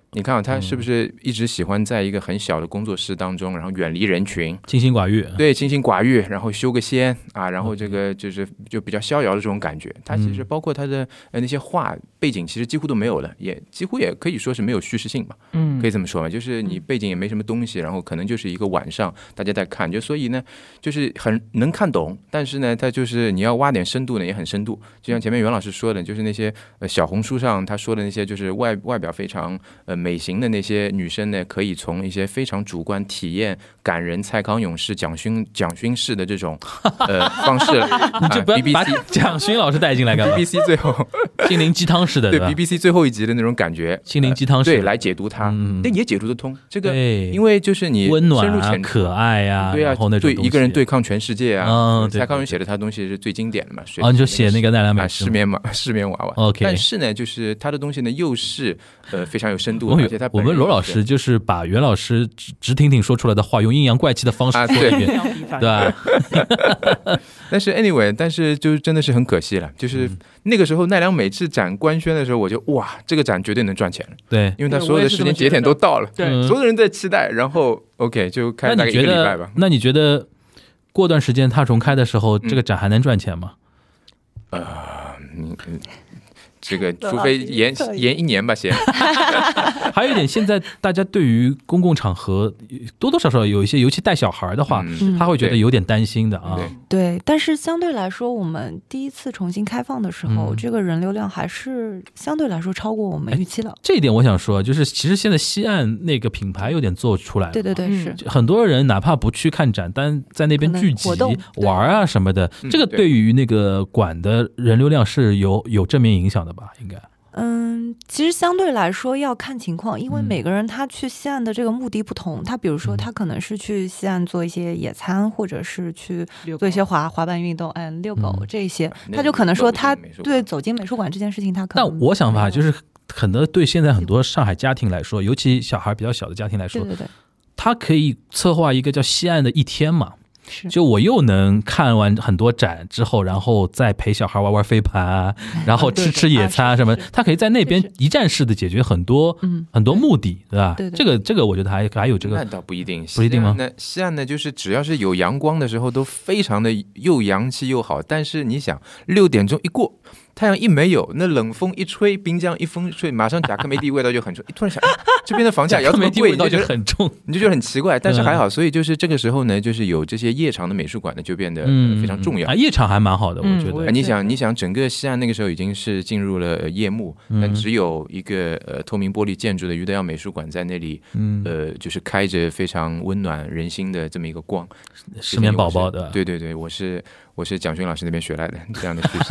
你看啊，他是不是一直喜欢在一个很小的工作室当中，然后远离人群， 清心寡欲？ 对，清心寡欲，然后修个仙啊，然后这个就是就比较逍遥的这种感觉。他其实包括他的呃那些画背景，其实几乎都没有了，也几乎也可以说是没有叙事性吧，嗯，可以这么说嘛，就是你背景也没什么东西，然后可能就是一个晚上大家在看，就所以呢，就是很能看懂，但是呢，他就是你要挖点深度呢，也很深度。就像前面袁老师说的，就是那些呃小红书上他说的那些，就是外外表非常呃。美型的那些女生呢，可以从一些非常主观体验感人蔡康永式、蒋勋蒋勋式的这种呃方式， 你就不要把蒋勋老师带进来干嘛 ？B B C 最后心灵鸡汤式的， 对 B B C 最后一集的那种感觉， 心灵鸡汤式、 呃、对来解读它， 嗯、 但也解读得通。这个因为就是你温暖啊、 可爱呀、啊， 对啊， 然后那种对一个人对抗全世界啊。 嗯， 蔡康永写的他的东西是最经典的嘛？ 哦，你就写那个奈良美失眠嘛，失眠娃娃。 OK， 但是呢，就是他的东西呢，又是呃非常有深度的，而且他我们罗老师就是把袁老师直直挺挺说出来的话，用阴阳怪气的方式说一遍，啊、对吧？ 但是 anyway， 但是就真的是很可惜了，就是那个时候奈良美智展官宣的时候，我就哇，这个展绝对能赚钱了， 对， 因为他所有的时间节点都到了， 对， 所有人在期待，然后 OK 就开大概一个礼拜吧。 那你觉得过段时间它重开的时候，这个展还能赚钱吗？ 呃，嗯嗯。这个除非延延一年吧，先。 还有一点，现在大家对于公共场合多多少少有一些，尤其带小孩的话，嗯、他会觉得有点担心的啊。 对，对，但是相对来说，我们第一次重新开放的时候，嗯、这个人流量还是相对来说超过我们预期了。 这一点我想说，就是其实现在西岸那个品牌有点做出来了。 对对对，是很多人哪怕不去看展，但在那边聚集玩啊什么的，这个对于那个馆的人流量是有有正面影响的吧？应该。 嗯，其实相对来说要看情况，因为每个人他去西岸的这个目的不同。他比如说，他可能是去西岸做一些野餐，或者是去做一些滑滑板运动，哎，遛狗这些，他就可能说他对走进美术馆这件事情，他可能。 但我想法就是，可能对现在很多上海家庭来说，尤其小孩比较小的家庭来说， 对对对， 他可以策划一个叫西岸的一天嘛。就我又能看完很多展之后，然后再陪小孩玩玩飞盘啊，然后吃吃野餐啊什么，他可以在那边一站式的解决很多很多目的，对吧？这个这个我觉得还还有这个， 那倒不一定， 不一定吗？ 那西岸呢，就是只要是有阳光的时候，都非常的又洋气又好。但是你想，六点钟一过。太阳一没有，那冷风一吹，冰浆一风吹，马上甲克梅蒂味道就很重。突然想，这边的房价也要这么贵， 味道就很重， 你就觉得很奇怪。但是还好，所以就是这个时候呢，就是有这些夜场的美术馆呢，就变得非常重要。 啊，夜场还蛮好的，我觉得。 你想，你想，整个西岸那个时候已经是进入了夜幕，但只有一个呃透明玻璃建筑的余德耀美术馆在那里，呃，就是开着非常温暖人心的这么一个光。 失眠宝宝的， 对对对，我是。我是蒋勋老师那边学来的这样的叙事。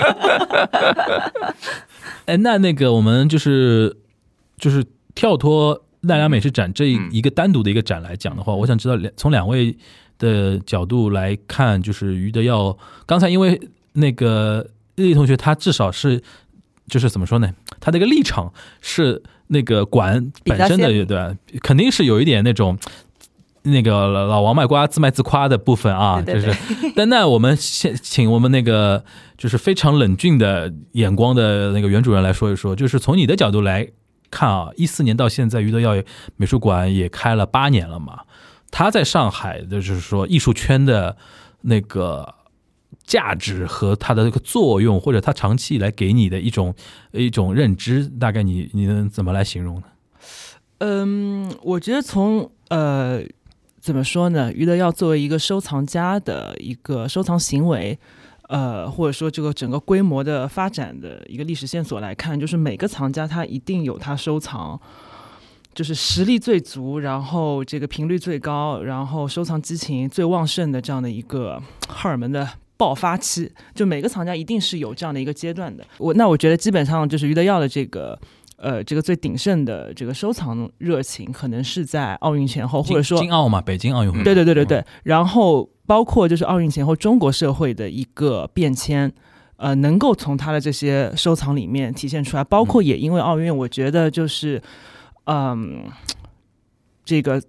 哎，那那个我们就是就是跳脱奈良美智展这一个单独的一个展来讲的话，嗯、我想知道从两位的角度来看，就是余德耀刚才因为那个日丽同学他至少是就是怎么说呢，他这个立场是那个馆本身的对，肯定是有一点那种。那个老王卖瓜自卖自夸的部分啊， 对对对就是，但那我们先请我们那个就是非常冷峻的眼光的那个袁主任来说一说，就是从你的角度来看啊，一四年到现在，余德耀美术馆也开了八年了嘛，他在上海的就是说艺术圈的那个价值和它的这个作用，或者他长期以来给你的一种一种认知，大概你你能怎么来形容呢？ 嗯，我觉得从呃。怎么说呢？余德耀作为一个收藏家的一个收藏行为，呃，或者说这个整个规模的发展的一个历史线索来看，就是每个藏家他一定有他收藏，就是实力最足，然后这个频率最高，然后收藏激情最旺盛的这样的一个荷尔蒙的爆发期。就每个藏家一定是有这样的一个阶段的。我那我觉得基本上就是余德耀的这个。呃，这个最鼎盛的这个收藏热情，可能是在奥运前后，或者说京奥嘛，北京奥运会。 对对对对对。然后包括就是奥运前后中国社会的一个变迁，呃，能够从他的这些收藏里面体现出来。包括也因为奥运，我觉得就是，嗯，这个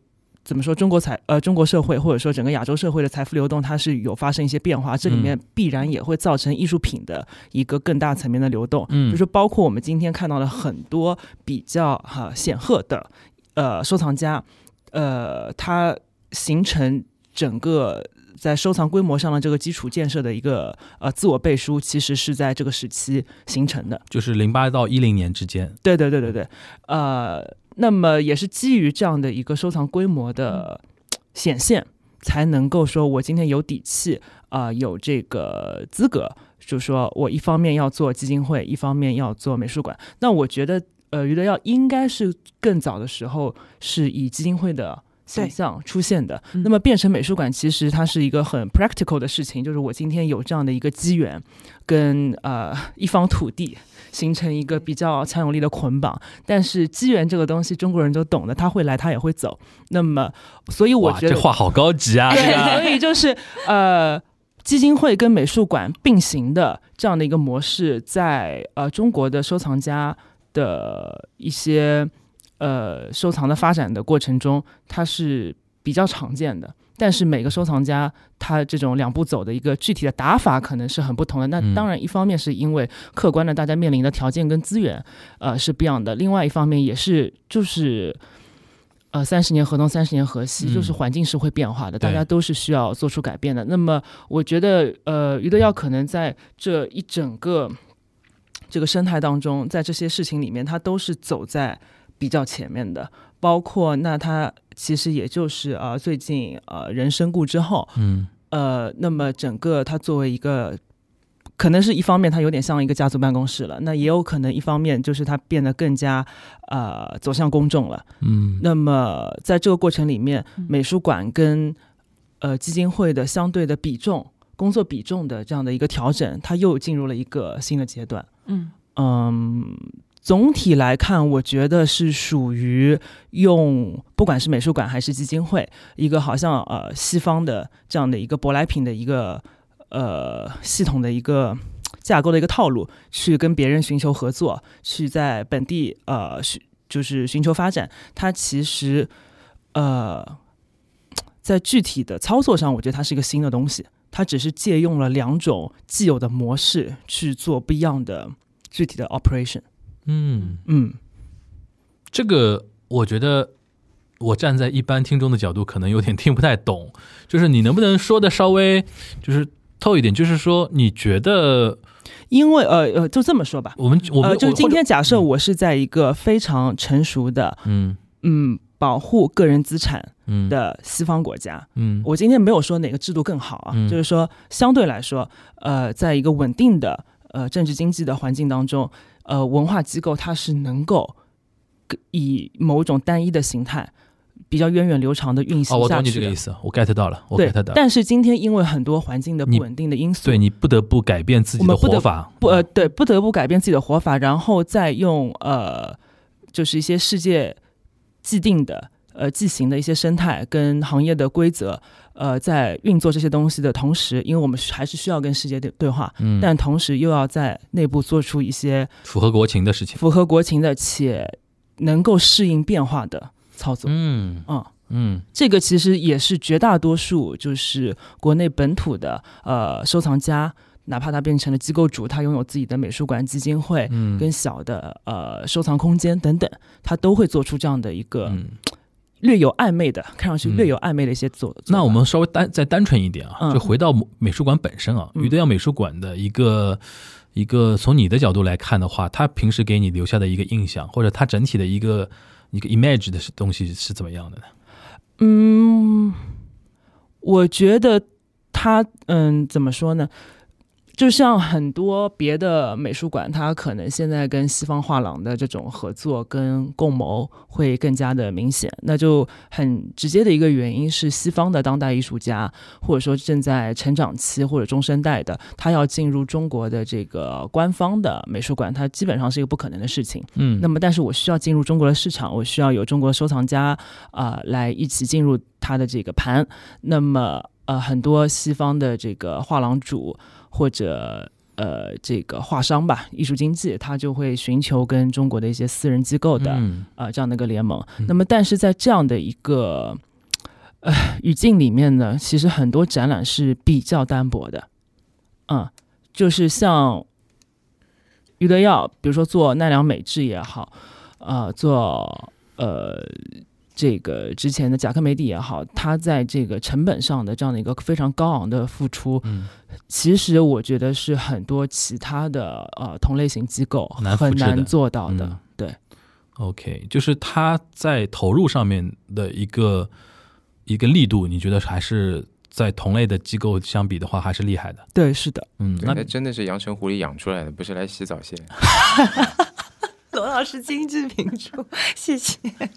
怎么说中国财呃中国社会或者说整个亚洲社会的财富流动，它是有发生一些变化，这里面必然也会造成艺术品的一个更大层面的流动。嗯，就是包括我们今天看到的很多比较哈、呃、显赫的呃收藏家，呃，它形成整个在收藏规模上的这个基础建设的一个呃自我背书，其实是在这个时期形成的， 就是零八到一零年之间。 对对对对对，呃，那么也是基于这样的一个收藏规模的显现，才能够说我今天有底气啊、呃，有这个资格，就是说我一方面要做基金会，一方面要做美术馆。那我觉得呃，余德耀应该是更早的时候是以基金会的形象出现的，那么变成美术馆其实它是一个很 practical 的事情，就是我今天有这样的一个机缘跟呃一方土地形成一个比较强有力的捆绑，但是机缘这个东西中国人都懂的，他会来他也会走，那么所以我觉得这话好高级啊。 对，所以就是呃基金会跟美术馆并行的这样的一个模式，在呃中国的收藏家的一些呃，收藏的发展的过程中，它是比较常见的。但是每个收藏家他这种两步走的一个具体的打法可能是很不同的。那当然，一方面是因为客观的大家面临的条件跟资源呃是不一样的，另外一方面也是就是呃三十年河东三十年河西，嗯、就是环境是会变化的，大家都是需要做出改变的。那么我觉得呃，余德耀可能在这一整个这个生态当中，在这些事情里面，他都是走在比较前面的，包括那他其实也就是呃最近呃人身故之后，嗯呃，那么整个他作为一个，可能是一方面他有点像一个家族办公室了，那也有可能一方面就是他变得更加呃走向公众了，嗯，那么在这个过程里面，美术馆跟呃基金会的相对的比重、工作比重的这样的一个调整，它又进入了一个新的阶段，嗯嗯。总体来看，我觉得是属于用不管是美术馆还是基金会，一个好像呃西方的这样的一个舶来品的一个呃系统的一个架构的一个套路，去跟别人寻求合作，去在本地呃就是寻求发展。它其实呃在具体的操作上，我觉得它是一个新的东西，它只是借用了两种既有的模式去做不一样的具体的 operation。 嗯嗯，这个我觉得我站在一般听众的角度可能有点听不太懂，就是你能不能说的稍微就是透一点，就是说你觉得， 因为呃呃就这么说吧， 我们我们、呃、 就今天假设我是在一个非常成熟的嗯嗯保护个人资产的西方国家，嗯，我今天没有说哪个制度更好啊，嗯、就是说相对来说，呃，在一个稳定的呃政治经济的环境当中。呃，文化机构它是能够以某种单一的形态比较源远流长的运行下去的。哦， 我懂你这个意思，我 get 到了，我 get 到了。 但是今天因为很多环境的不稳定的因素， 对你不得不改变自己的活法， 不呃对，不得不改变自己的活法，然后再用呃，就是一些世界既定的呃既行的一些生态跟行业的规则。呃，在运作这些东西的同时，因为我们还是需要跟世界对话，嗯，但同时又要在内部做出一些符合国情的事情， 符合国情的且能够适应变化的操作。嗯嗯嗯，这个其实也是绝大多数就是国内本土的呃收藏家，哪怕他变成了机构主，他拥有自己的美术馆、基金会，嗯，跟小的呃收藏空间等等，他都会做出这样的一个。嗯略有暧昧的，看上去略有暧昧的一些做、嗯、 那我们稍微单再单纯一点啊、嗯，就回到美术馆本身啊，余德耀美术馆的一个一个从你的角度来看的话，它平时给你留下的一个印象，或者它整体的一个一个 image 的东西是怎么样的呢？ 嗯，我觉得它嗯怎么说呢？就像很多别的美术馆，它可能现在跟西方画廊的这种合作跟共谋会更加的明显，那就很直接的一个原因是西方的当代艺术家或者说正在成长期或者中生代的，他要进入中国的这个官方的美术馆，它基本上是一个不可能的事情。嗯，那么但是我需要进入中国的市场，我需要有中国收藏家啊、呃、来一起进入他的这个盘，那么呃很多西方的这个画廊主或者呃这个画商吧，艺术经济，他就会寻求跟中国的一些私人机构的、嗯、呃这样的一个联盟、嗯。那么但是在这样的一个呃语境里面呢，其实很多展览是比较单薄的，嗯，就是像余德耀，比如说做奈良美智也好，呃，做呃。这个之前的贾科梅蒂也好，他在这个成本上的这样的一个非常高昂的付出， 嗯， 其实我觉得是很多其他的呃同类型机构很难做到的。 嗯、 对 ，OK， 就是他在投入上面的一个一个力度，你觉得还是在同类的机构相比的话，还是厉害的。 对，是的， 嗯， 那真的是阳澄湖里养出来的，不是来洗澡蟹。 罗老师金句评出，谢谢。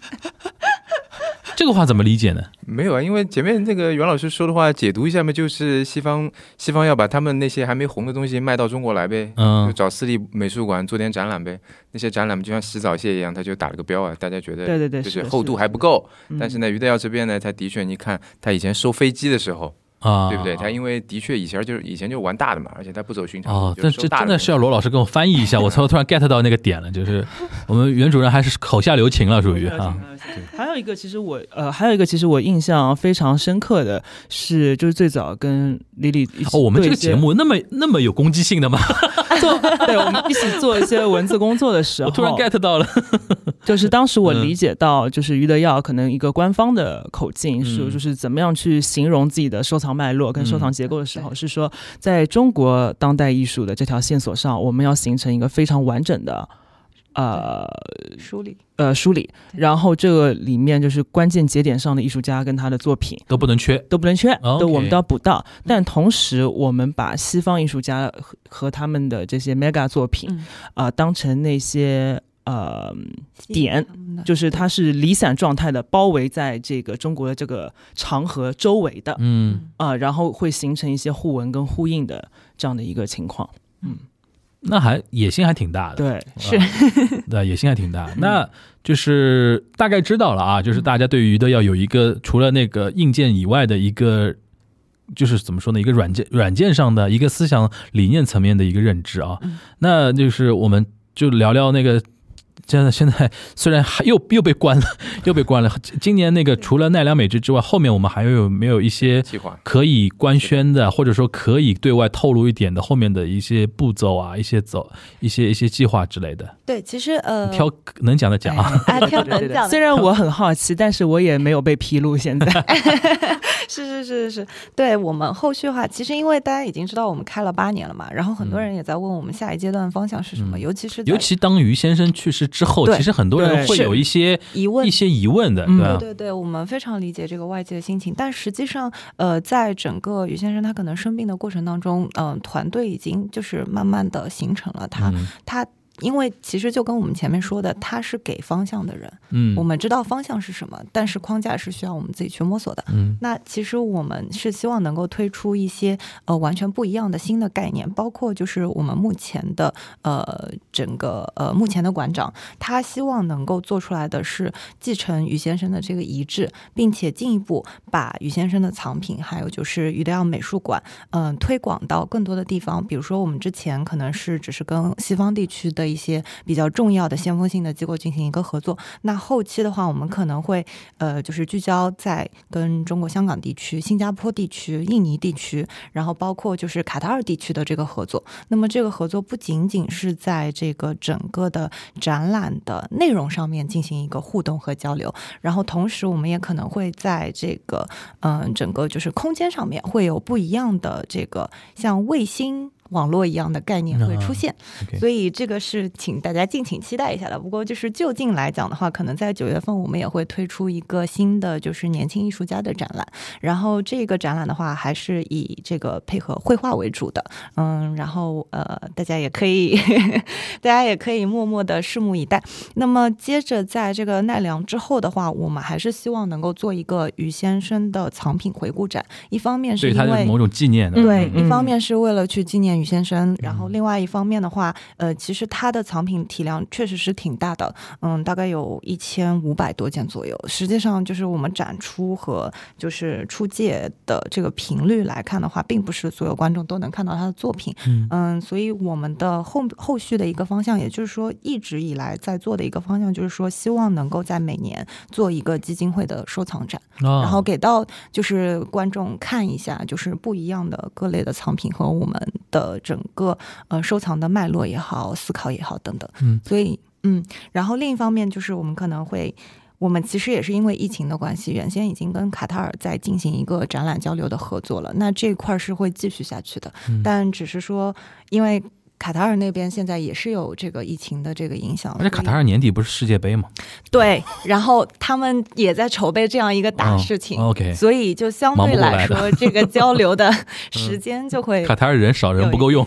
这个话怎么理解呢？ 没有啊，因为前面那个袁老师说的话解读一下嘛，就是西方西方要把他们那些还没红的东西卖到中国来呗， 嗯， 就找私立美术馆做点展览呗。那些展览就像洗澡蟹一样，他就打了个标啊，大家觉得对对对， 就是厚度还不够。 是但是呢，余德耀这边呢，他的确，你看他以前收飞机的时候。 啊， 对不对？他因为的确以前就是以前就玩大的嘛，而且他不走寻常路。 哦，但这真的是要罗老师跟我翻译一下， 嗯、 我突然 get 到那个点了，就是我们袁主任还是口下留情了，属于啊。 还有一个，其实我呃，还有一个，其实我印象非常深刻的是，就是最早跟李李一起哦，我们这个节目那么那么有攻击性的吗？ 做对，我们一起做一些文字工作的时候， 我突然 get 到了， 就是当时我理解到，就是余德耀可能一个官方的口径是，就是怎么样去形容自己的收藏脉络跟收藏结构的时候，嗯、是说在中国当代艺术的这条线索上，我们要形成一个非常完整的呃梳理呃梳理，然后这个里面就是关键节点上的艺术家跟他的作品都不能缺， 都不能缺， 哦、 都我们都要补到。但同时，我们把西方艺术家和和他们的这些 mega 作品啊、嗯呃，当成那些呃点，就是它是离散状态的，包围在这个中国的这个长河周围的， 嗯啊、呃，然后会形成一些互文跟呼应的这样的一个情况，嗯。 那还野心还挺大的， 对， 是， 对，野心还挺大。那就是大概知道了啊，就是大家对于的要有一个除了那个硬件以外的一个，就是怎么说呢，一个软件软件上的一个思想理念层面的一个认知啊。那就是我们就聊聊那个。现在现在虽然还又又被关了，又被关了。今年那个除了奈良美智之外，后面我们还有没有一些可以官宣的，或者说可以对外透露一点的后面的一些步骤啊，一些走一些一些计划之类的？ 对，其实呃， 挑能讲的讲啊， 哎、啊，挑能讲。 虽然我很好奇，但是我也没有被披露。现在是是是是，对我们后续的话，其实因为大家已经知道我们开了八年了嘛，然后很多人也在问我们下一阶段方向是什么，嗯、尤其是尤其当于先生去世之后，其实很多人会有一些疑问， 一些疑问的， 嗯、 对吧？ 对对对，我们非常理解这个外界的心情，但实际上，呃，在整个于先生他可能生病的过程当中，嗯、呃，团队已经就是慢慢的形成了他，嗯、他。因为其实就跟我们前面说的，他是给方向的人，嗯，我们知道方向是什么，但是框架是需要我们自己去摸索的，嗯，那其实我们是希望能够推出一些呃完全不一样的新的概念，包括就是我们目前的呃整个呃目前的馆长，他希望能够做出来的是继承余先生的这个遗志，并且进一步把余先生的藏品，还有就是余德耀美术馆，嗯、呃，推广到更多的地方，比如说我们之前可能是只是跟西方地区的一些比较重要的先锋性的机构进行一个合作，那后期的话我们可能会呃就是聚焦在跟中国香港地区、新加坡地区、印尼地区，然后包括就是卡塔尔地区的这个合作。那么这个合作不仅仅是在这个整个的展览的内容上面进行一个互动和交流，然后同时我们也可能会在这个嗯、呃、整个就是空间上面会有不一样的这个像卫星网络一样的概念会出现、uh, okay. 所以这个是请大家敬请期待一下的。不过就是就近来讲的话，可能在九月份我们也会推出一个新的就是年轻艺术家的展览，然后这个展览的话还是以这个配合绘画为主的，嗯，然后呃大家也可以大家也可以默默的拭目以待。那么接着在这个奈良之后的话，我们还是希望能够做一个余先生的藏品回顾展，一方面是因为对他有某种纪念的， 对、嗯、一方面是为了去纪念宇先生。然后另外一方面的话，呃，其实它的藏品体量确实是挺大的，嗯，大概有一千五百多件左右。实际上就是我们展出和就是出借的这个频率来看的话，并不是所有观众都能看到他的作品。嗯，嗯所以我们的后后续的一个方向，也就是说一直以来在做的一个方向，就是说希望能够在每年做一个基金会的收藏展，哦、然后给到就是观众看一下，就是不一样的各类的藏品和我们的整个呃收藏的脉络也好，思考也好等等。嗯，所以嗯，然后另一方面就是我们可能会。我们其实也是因为疫情的关系，原先已经跟卡塔尔在进行一个展览交流的合作了，那这块是会继续下去的、嗯、但只是说因为卡塔尔那边现在也是有这个疫情的这个影响， 而且卡塔尔年底不是世界杯吗？ 对，然后他们也在筹备这样一个大事情、 哦、OK， 所以就相对来说这个交流的时间就会、 嗯、卡塔尔人少，人不够用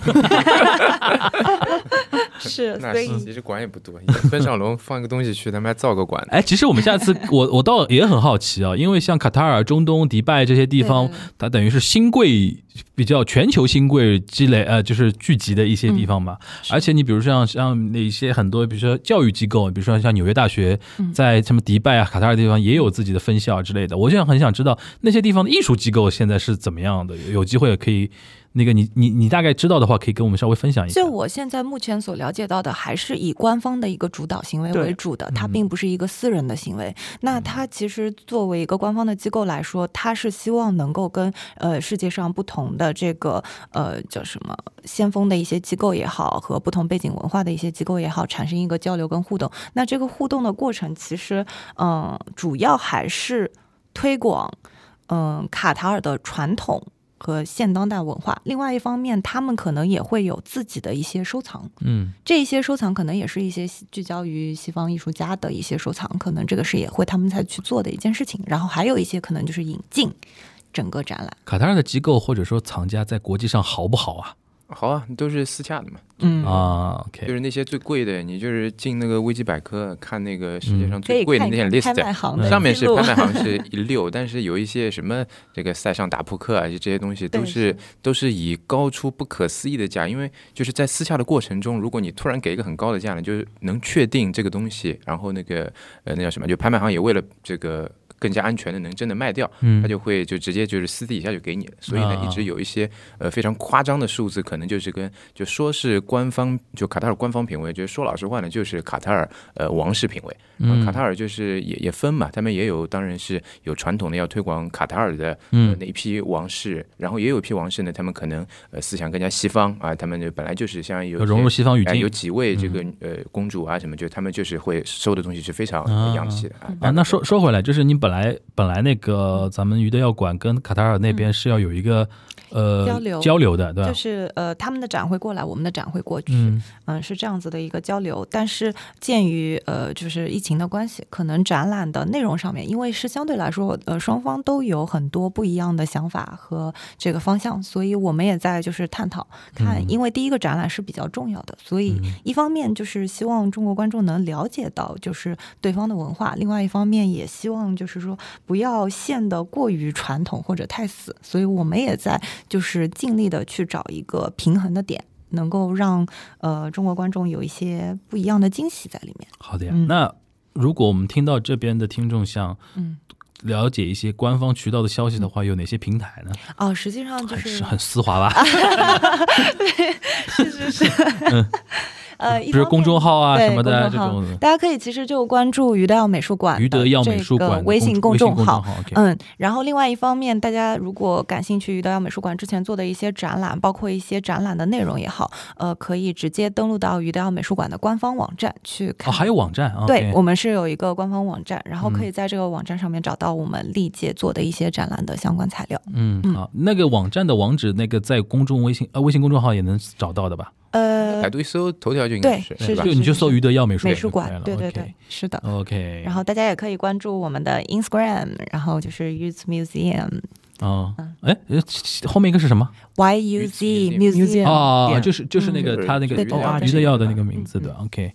是， 那其实馆也不多，分上龙放一个东西去，他们还造个馆。 哎，其实我们下次我我倒也很好奇啊，因为像卡塔尔、中东、迪拜这些地方，它等于是新贵比较全球新贵积累呃，就是聚集的一些地方嘛。嗯、而且你比如像像那些很多，比如说教育机构，比如说像纽约大学，在什么迪拜啊、卡塔尔的地方也有自己的分校之类的。我现在很想知道那些地方的艺术机构现在是怎么样的，有机会可以。那个你你你大概知道的话，可以跟我们稍微分享一下。 就我现在目前所了解到的，还是以官方的一个主导行为为主的，它并不是一个私人的行为。嗯、那它其实作为一个官方的机构来说，它是希望能够跟呃世界上不同的这个呃叫什么先锋的一些机构也好，和不同背景文化的一些机构也好，产生一个交流跟互动。那这个互动的过程，其实嗯、呃、主要还是推广嗯、呃、卡塔尔的传统。和现当代文化，另外一方面他们可能也会有自己的一些收藏，嗯，这些收藏可能也是一些聚焦于西方艺术家的一些收藏，可能这个是也会他们才去做的一件事情。然后还有一些可能就是引进整个展览。 卡塔尔的机构或者说藏家在国际上好不好啊？ 好啊，都是私下的嘛。 嗯啊 ，OK， 就是那些最贵的，你就是进那个维基百科看那个世界上最贵的那些 list，、 嗯、 上面是拍卖行是一溜，但是有一些什么这个塞尚打扑克啊，这些东西都是都是以高出不可思议的价，因为就是在私下的过程中，如果你突然给一个很高的价呢，就是能确定这个东西，然后那个呃那叫什么，就拍卖行也为了这个。更加安全的能真的卖掉，他就会就直接就是私底下就给你了。所以呢，一直有一些呃非常夸张的数字，可能就是跟就说是官方就卡塔尔官方品味，就是说老实话呢，就是卡塔尔呃王室品味。嗯，卡塔尔就是也也分嘛，他们也有当然是有传统的要推广卡塔尔的呃那一批王室，然后也有一批王室呢，他们可能呃思想更加西方啊，他们就本来就是像有融入西方语境， 有几位这个呃公主啊什么，就他们就是会收的东西是非常洋气的啊。 啊，那说说回来，就是你本来。本来那个咱们余德耀馆跟卡塔尔那边是要有一个、嗯、呃交流交流的，对吧？ 就是呃他们的展会过来，我们的展会过去，嗯、呃，是这样子的一个交流。但是鉴于呃就是疫情的关系，可能展览的内容上面，因为是相对来说呃双方都有很多不一样的想法和这个方向，所以我们也在就是探讨看，因为第一个展览是比较重要的，所以一方面就是希望中国观众能了解到就是对方的文化，另外一方面也希望就是说不要陷得过于传统或者太死，所以我们也在就是尽力的去找一个平衡的点，能够让呃中国观众有一些不一样的惊喜在里面。 好的呀、嗯、那如果我们听到这边的听众想嗯了解一些官方渠道的消息的话，有哪些平台呢？ 哦，实际上就是很丝滑吧对，是是是嗯呃， 比如公众号啊什么的这种， 大家可以其实就关注余德耀美术馆余德耀美术馆微信公众号， 嗯， 然后另外一方面，大家如果感兴趣余德耀美术馆之前做的一些展览，包括一些展览的内容也好，呃，可以直接登录到余德耀美术馆的官方网站去看。 哦，还有网站啊？ 对，我们是有一个官方网站，然后可以在这个网站上面找到我们历届做的一些展览的相关材料。 嗯，好，那个网站的网址，那个在公众微信呃微信公众号也能找到的吧？ 呃， 百度一搜头条就应该是， 对，是吧？ 就你就搜余德耀美术美术馆，对对对， okay, 是的。 OK， 然后大家也可以关注我们的 Instagram， 然后就是 Youth Museum。 哦，哎、嗯，后面一个是什么 ？Y U Z Museum。 哦，就是就是那个他那个余德耀的那个名字的。OK，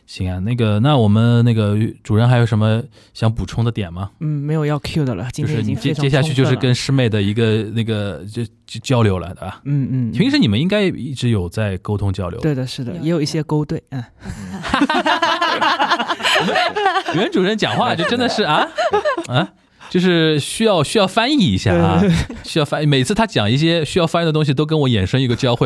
行啊，那个，那我们那个主任还有什么想补充的点吗？ 嗯，没有要 Q 的了，今天已经非常就是接接下去就是跟师妹的一个那个就就交流了，对吧？ 嗯嗯， 平时你们应该一直有在沟通交流。 对的，是的，也有一些勾兑，嗯。 袁主任讲话就真的是啊啊。就是需要需要翻译一下啊，需要翻译。每次他讲一些需要翻译的东西，都跟我衍生一个交汇，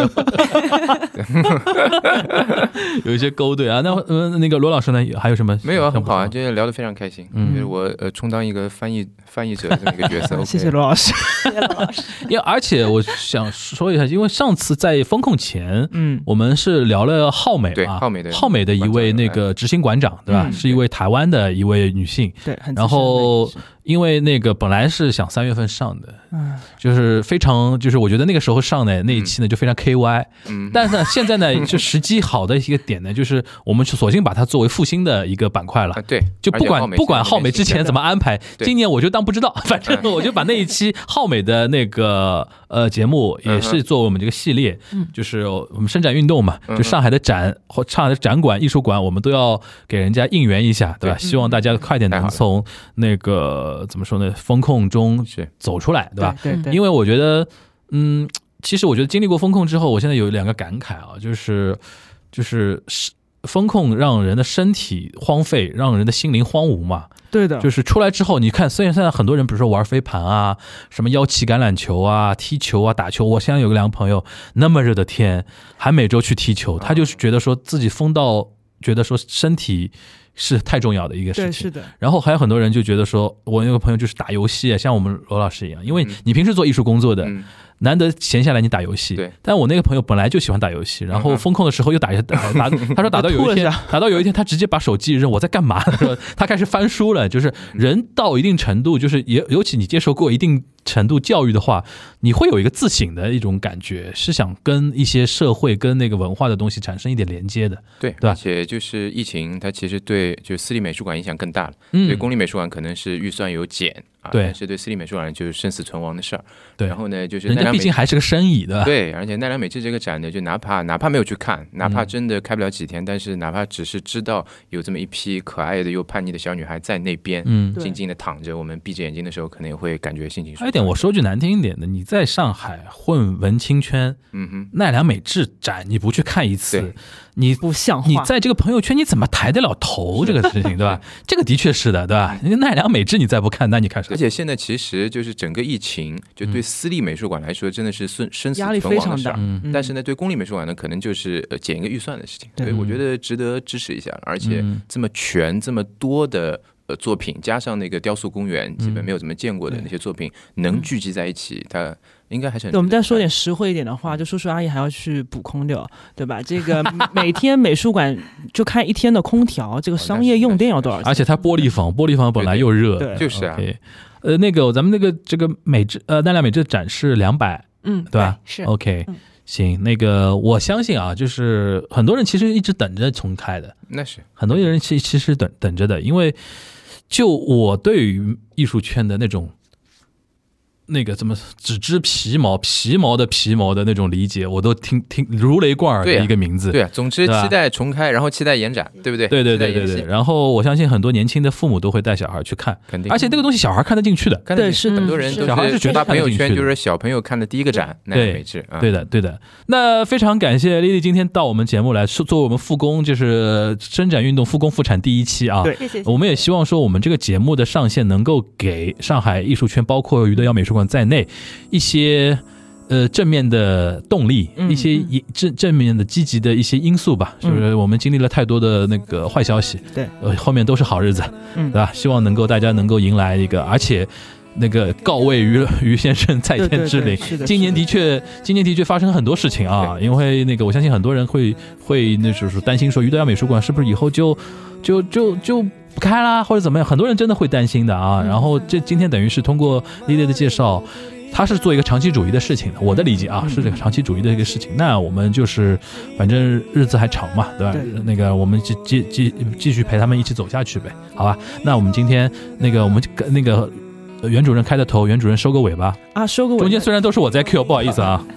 有一些勾兑啊。那呃，那个罗老师呢，还有什么？ 没有啊，很好啊，今天聊得非常开心。嗯，就是我呃充当一个翻译翻译者的这么一个角色。 谢谢罗老师， 谢谢罗老师。 因为而且我想说一下，因为上次在风控前，嗯，我们是聊了浩美对啊， 浩美的浩美的一位那个执行馆长，对吧？是一位台湾的一位女性， 对，很然后。因为那个本来是想三月份上的，嗯，就是非常，就是我觉得那个时候上的那一期呢就非常 K Y，嗯，但是呢现在呢就时机好的一个点呢，就是我们索性把它作为复兴的一个板块了， 啊、对， 就不管不管浩美之前怎么安排，今年我就当不知道，反正我就把那一期浩美的那个呃节目也是作为我们这个系列，嗯，就是我们伸展运动嘛，就上海的展或上海的展馆、艺术馆，我们都要给人家应援一下，对吧？希望大家快点能从那个。呃，怎么说呢？风控中走出来，对吧？ 对 对, 对。 因为我觉得，嗯，其实我觉得经历过风控之后，我现在有两个感慨啊，就是就是风控让人的身体荒废，让人的心灵荒芜嘛。 对的。 就是出来之后，你看，虽然现在很多人，比如说玩飞盘啊，什么腰旗橄榄球啊、踢球啊、打球，我现在有个两个朋友，那么热的天，还每周去踢球，他就是觉得说自己疯到，觉得说身体。是太重要的一个事情， 对，是的。 然后还有很多人就觉得说，我那个朋友就是打游戏，像我们罗老师一样，因为你平时做艺术工作的，嗯、难得闲下来你打游戏。 对。 但我那个朋友本来就喜欢打游戏，然后风控的时候又打打打，他说打到有一天，打到有一天他直接把手机扔，我在干嘛？他开始翻书了。就是人到一定程度，就是也尤其你接受过一定程度教育的话，你会有一个自省的一种感觉，是想跟一些社会跟那个文化的东西产生一点连接的， 对， 对吧？ 而且就是疫情，它其实对就私立美术馆影响更大了，嗯，对公立美术馆可能是预算有减啊， 对， 但是对私立美术馆就是生死存亡的事儿， 对。 然后呢，就是人家毕竟还是个生意，对吧？ 对，而且奈良美智这个展呢，就哪怕哪怕没有去看，哪怕真的开不了几天，嗯、但是哪怕只是知道有这么一批可爱的又叛逆的小女孩在那边，嗯，静静的躺着，我们闭着眼睛的时候，可能也会感觉心情舒服。 还有一点，我说句难听一点的，你在上海混文青圈，嗯哼，奈良美智展你不去看一次，你不像话。 你在这个朋友圈你怎么抬得了头？这个事情对吧？这个的确是的，对吧？那奈良美智你再不看，那你看啥？ 而且现在其实就是整个疫情，就对私立美术馆来说，真的是生生死压力存亡的事儿。 嗯、 但是呢，对公立美术馆呢，可能就是呃减一个预算的事情。所以我觉得值得支持一下，而且这么全、这么多的。呃，作品加上那个雕塑公园，基本没有怎么见过的那些作品，嗯、能聚集在一起，它应该还是很。 我们再说点实惠一点的话，就叔叔阿姨还要去补空调，对吧？这个每天美术馆就开一天的空调，这个商业用电要多少钱？ 而且它玻璃房，玻璃房本来又热， 对， 就是啊。 Okay, 呃，那个咱们那个这个美智呃奈良美智展示两百， 嗯， 对吧？ 是 OK。 嗯行，那个我相信啊，就是很多人其实一直等着重开的， 那是很多人其其实等等着的，因为就我对于艺术圈的那种那个怎么只知皮毛皮毛的皮毛的那种理解，我都听听如雷贯耳的一个名字。 对啊，总之期待重开，然后期待延展，对不对？ 对对对对对。然后我相信很多年轻的父母都会带小孩去看， 肯定。 而且这个东西小孩看得进去的， 对，是很多人都小孩是觉得朋友圈就是小朋友看的第一个展，奈良美智。 对的对的。那非常感谢丽丽今天到我们节目来作为我们复工，就是伸展运动复工复产第一期啊。 对， 谢谢。 我们也希望说我们这个节目的上线能够给上海艺术圈，包括余德耀美术馆在内。一些呃正面的动力，嗯、一些正正面的积极的一些因素吧，嗯、就是我们经历了太多的那个坏消息， 对， 呃，后面都是好日子，嗯、对吧？希望能够大家能够迎来一个，而且那个告慰于于先生在天之灵。今年的确，今年的确发生很多事情啊，因为那个我相信很多人会会那就是担心说余德耀美术馆是不是以后就就就就。不开啦，或者怎么样，很多人真的会担心的啊。然后这今天等于是通过丽丽的介绍，他是做一个长期主义的事情的，我的理解啊是这个长期主义的一个事情。那我们就是反正日子还长嘛，对吧？对，那个我们继继继继续陪他们一起走下去呗，好吧？那我们今天那个我们那个袁主任开的头，袁主任收个尾吧。 啊，收个尾。 中间虽然都是我在 Q， 不好意思啊。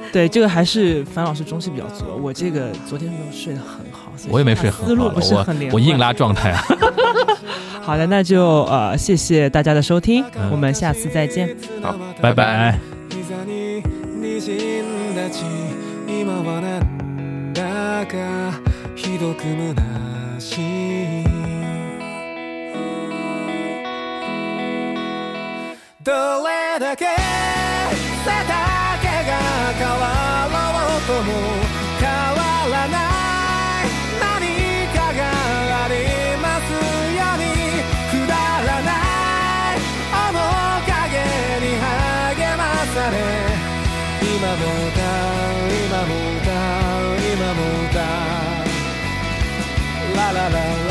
对，这个还是樊老师中气比较足，我这个昨天没有睡得很好， 我也没睡很好， 思路不是很连贯，我硬拉状态啊。 好的，那就呃谢谢大家的收听，嗯、我们下次再见。 好，拜拜。 どれだけ背丈が変わろうとも変わらない何かがありますようにくだらない面影に励まされ今も歌う今も歌う今も歌うララララ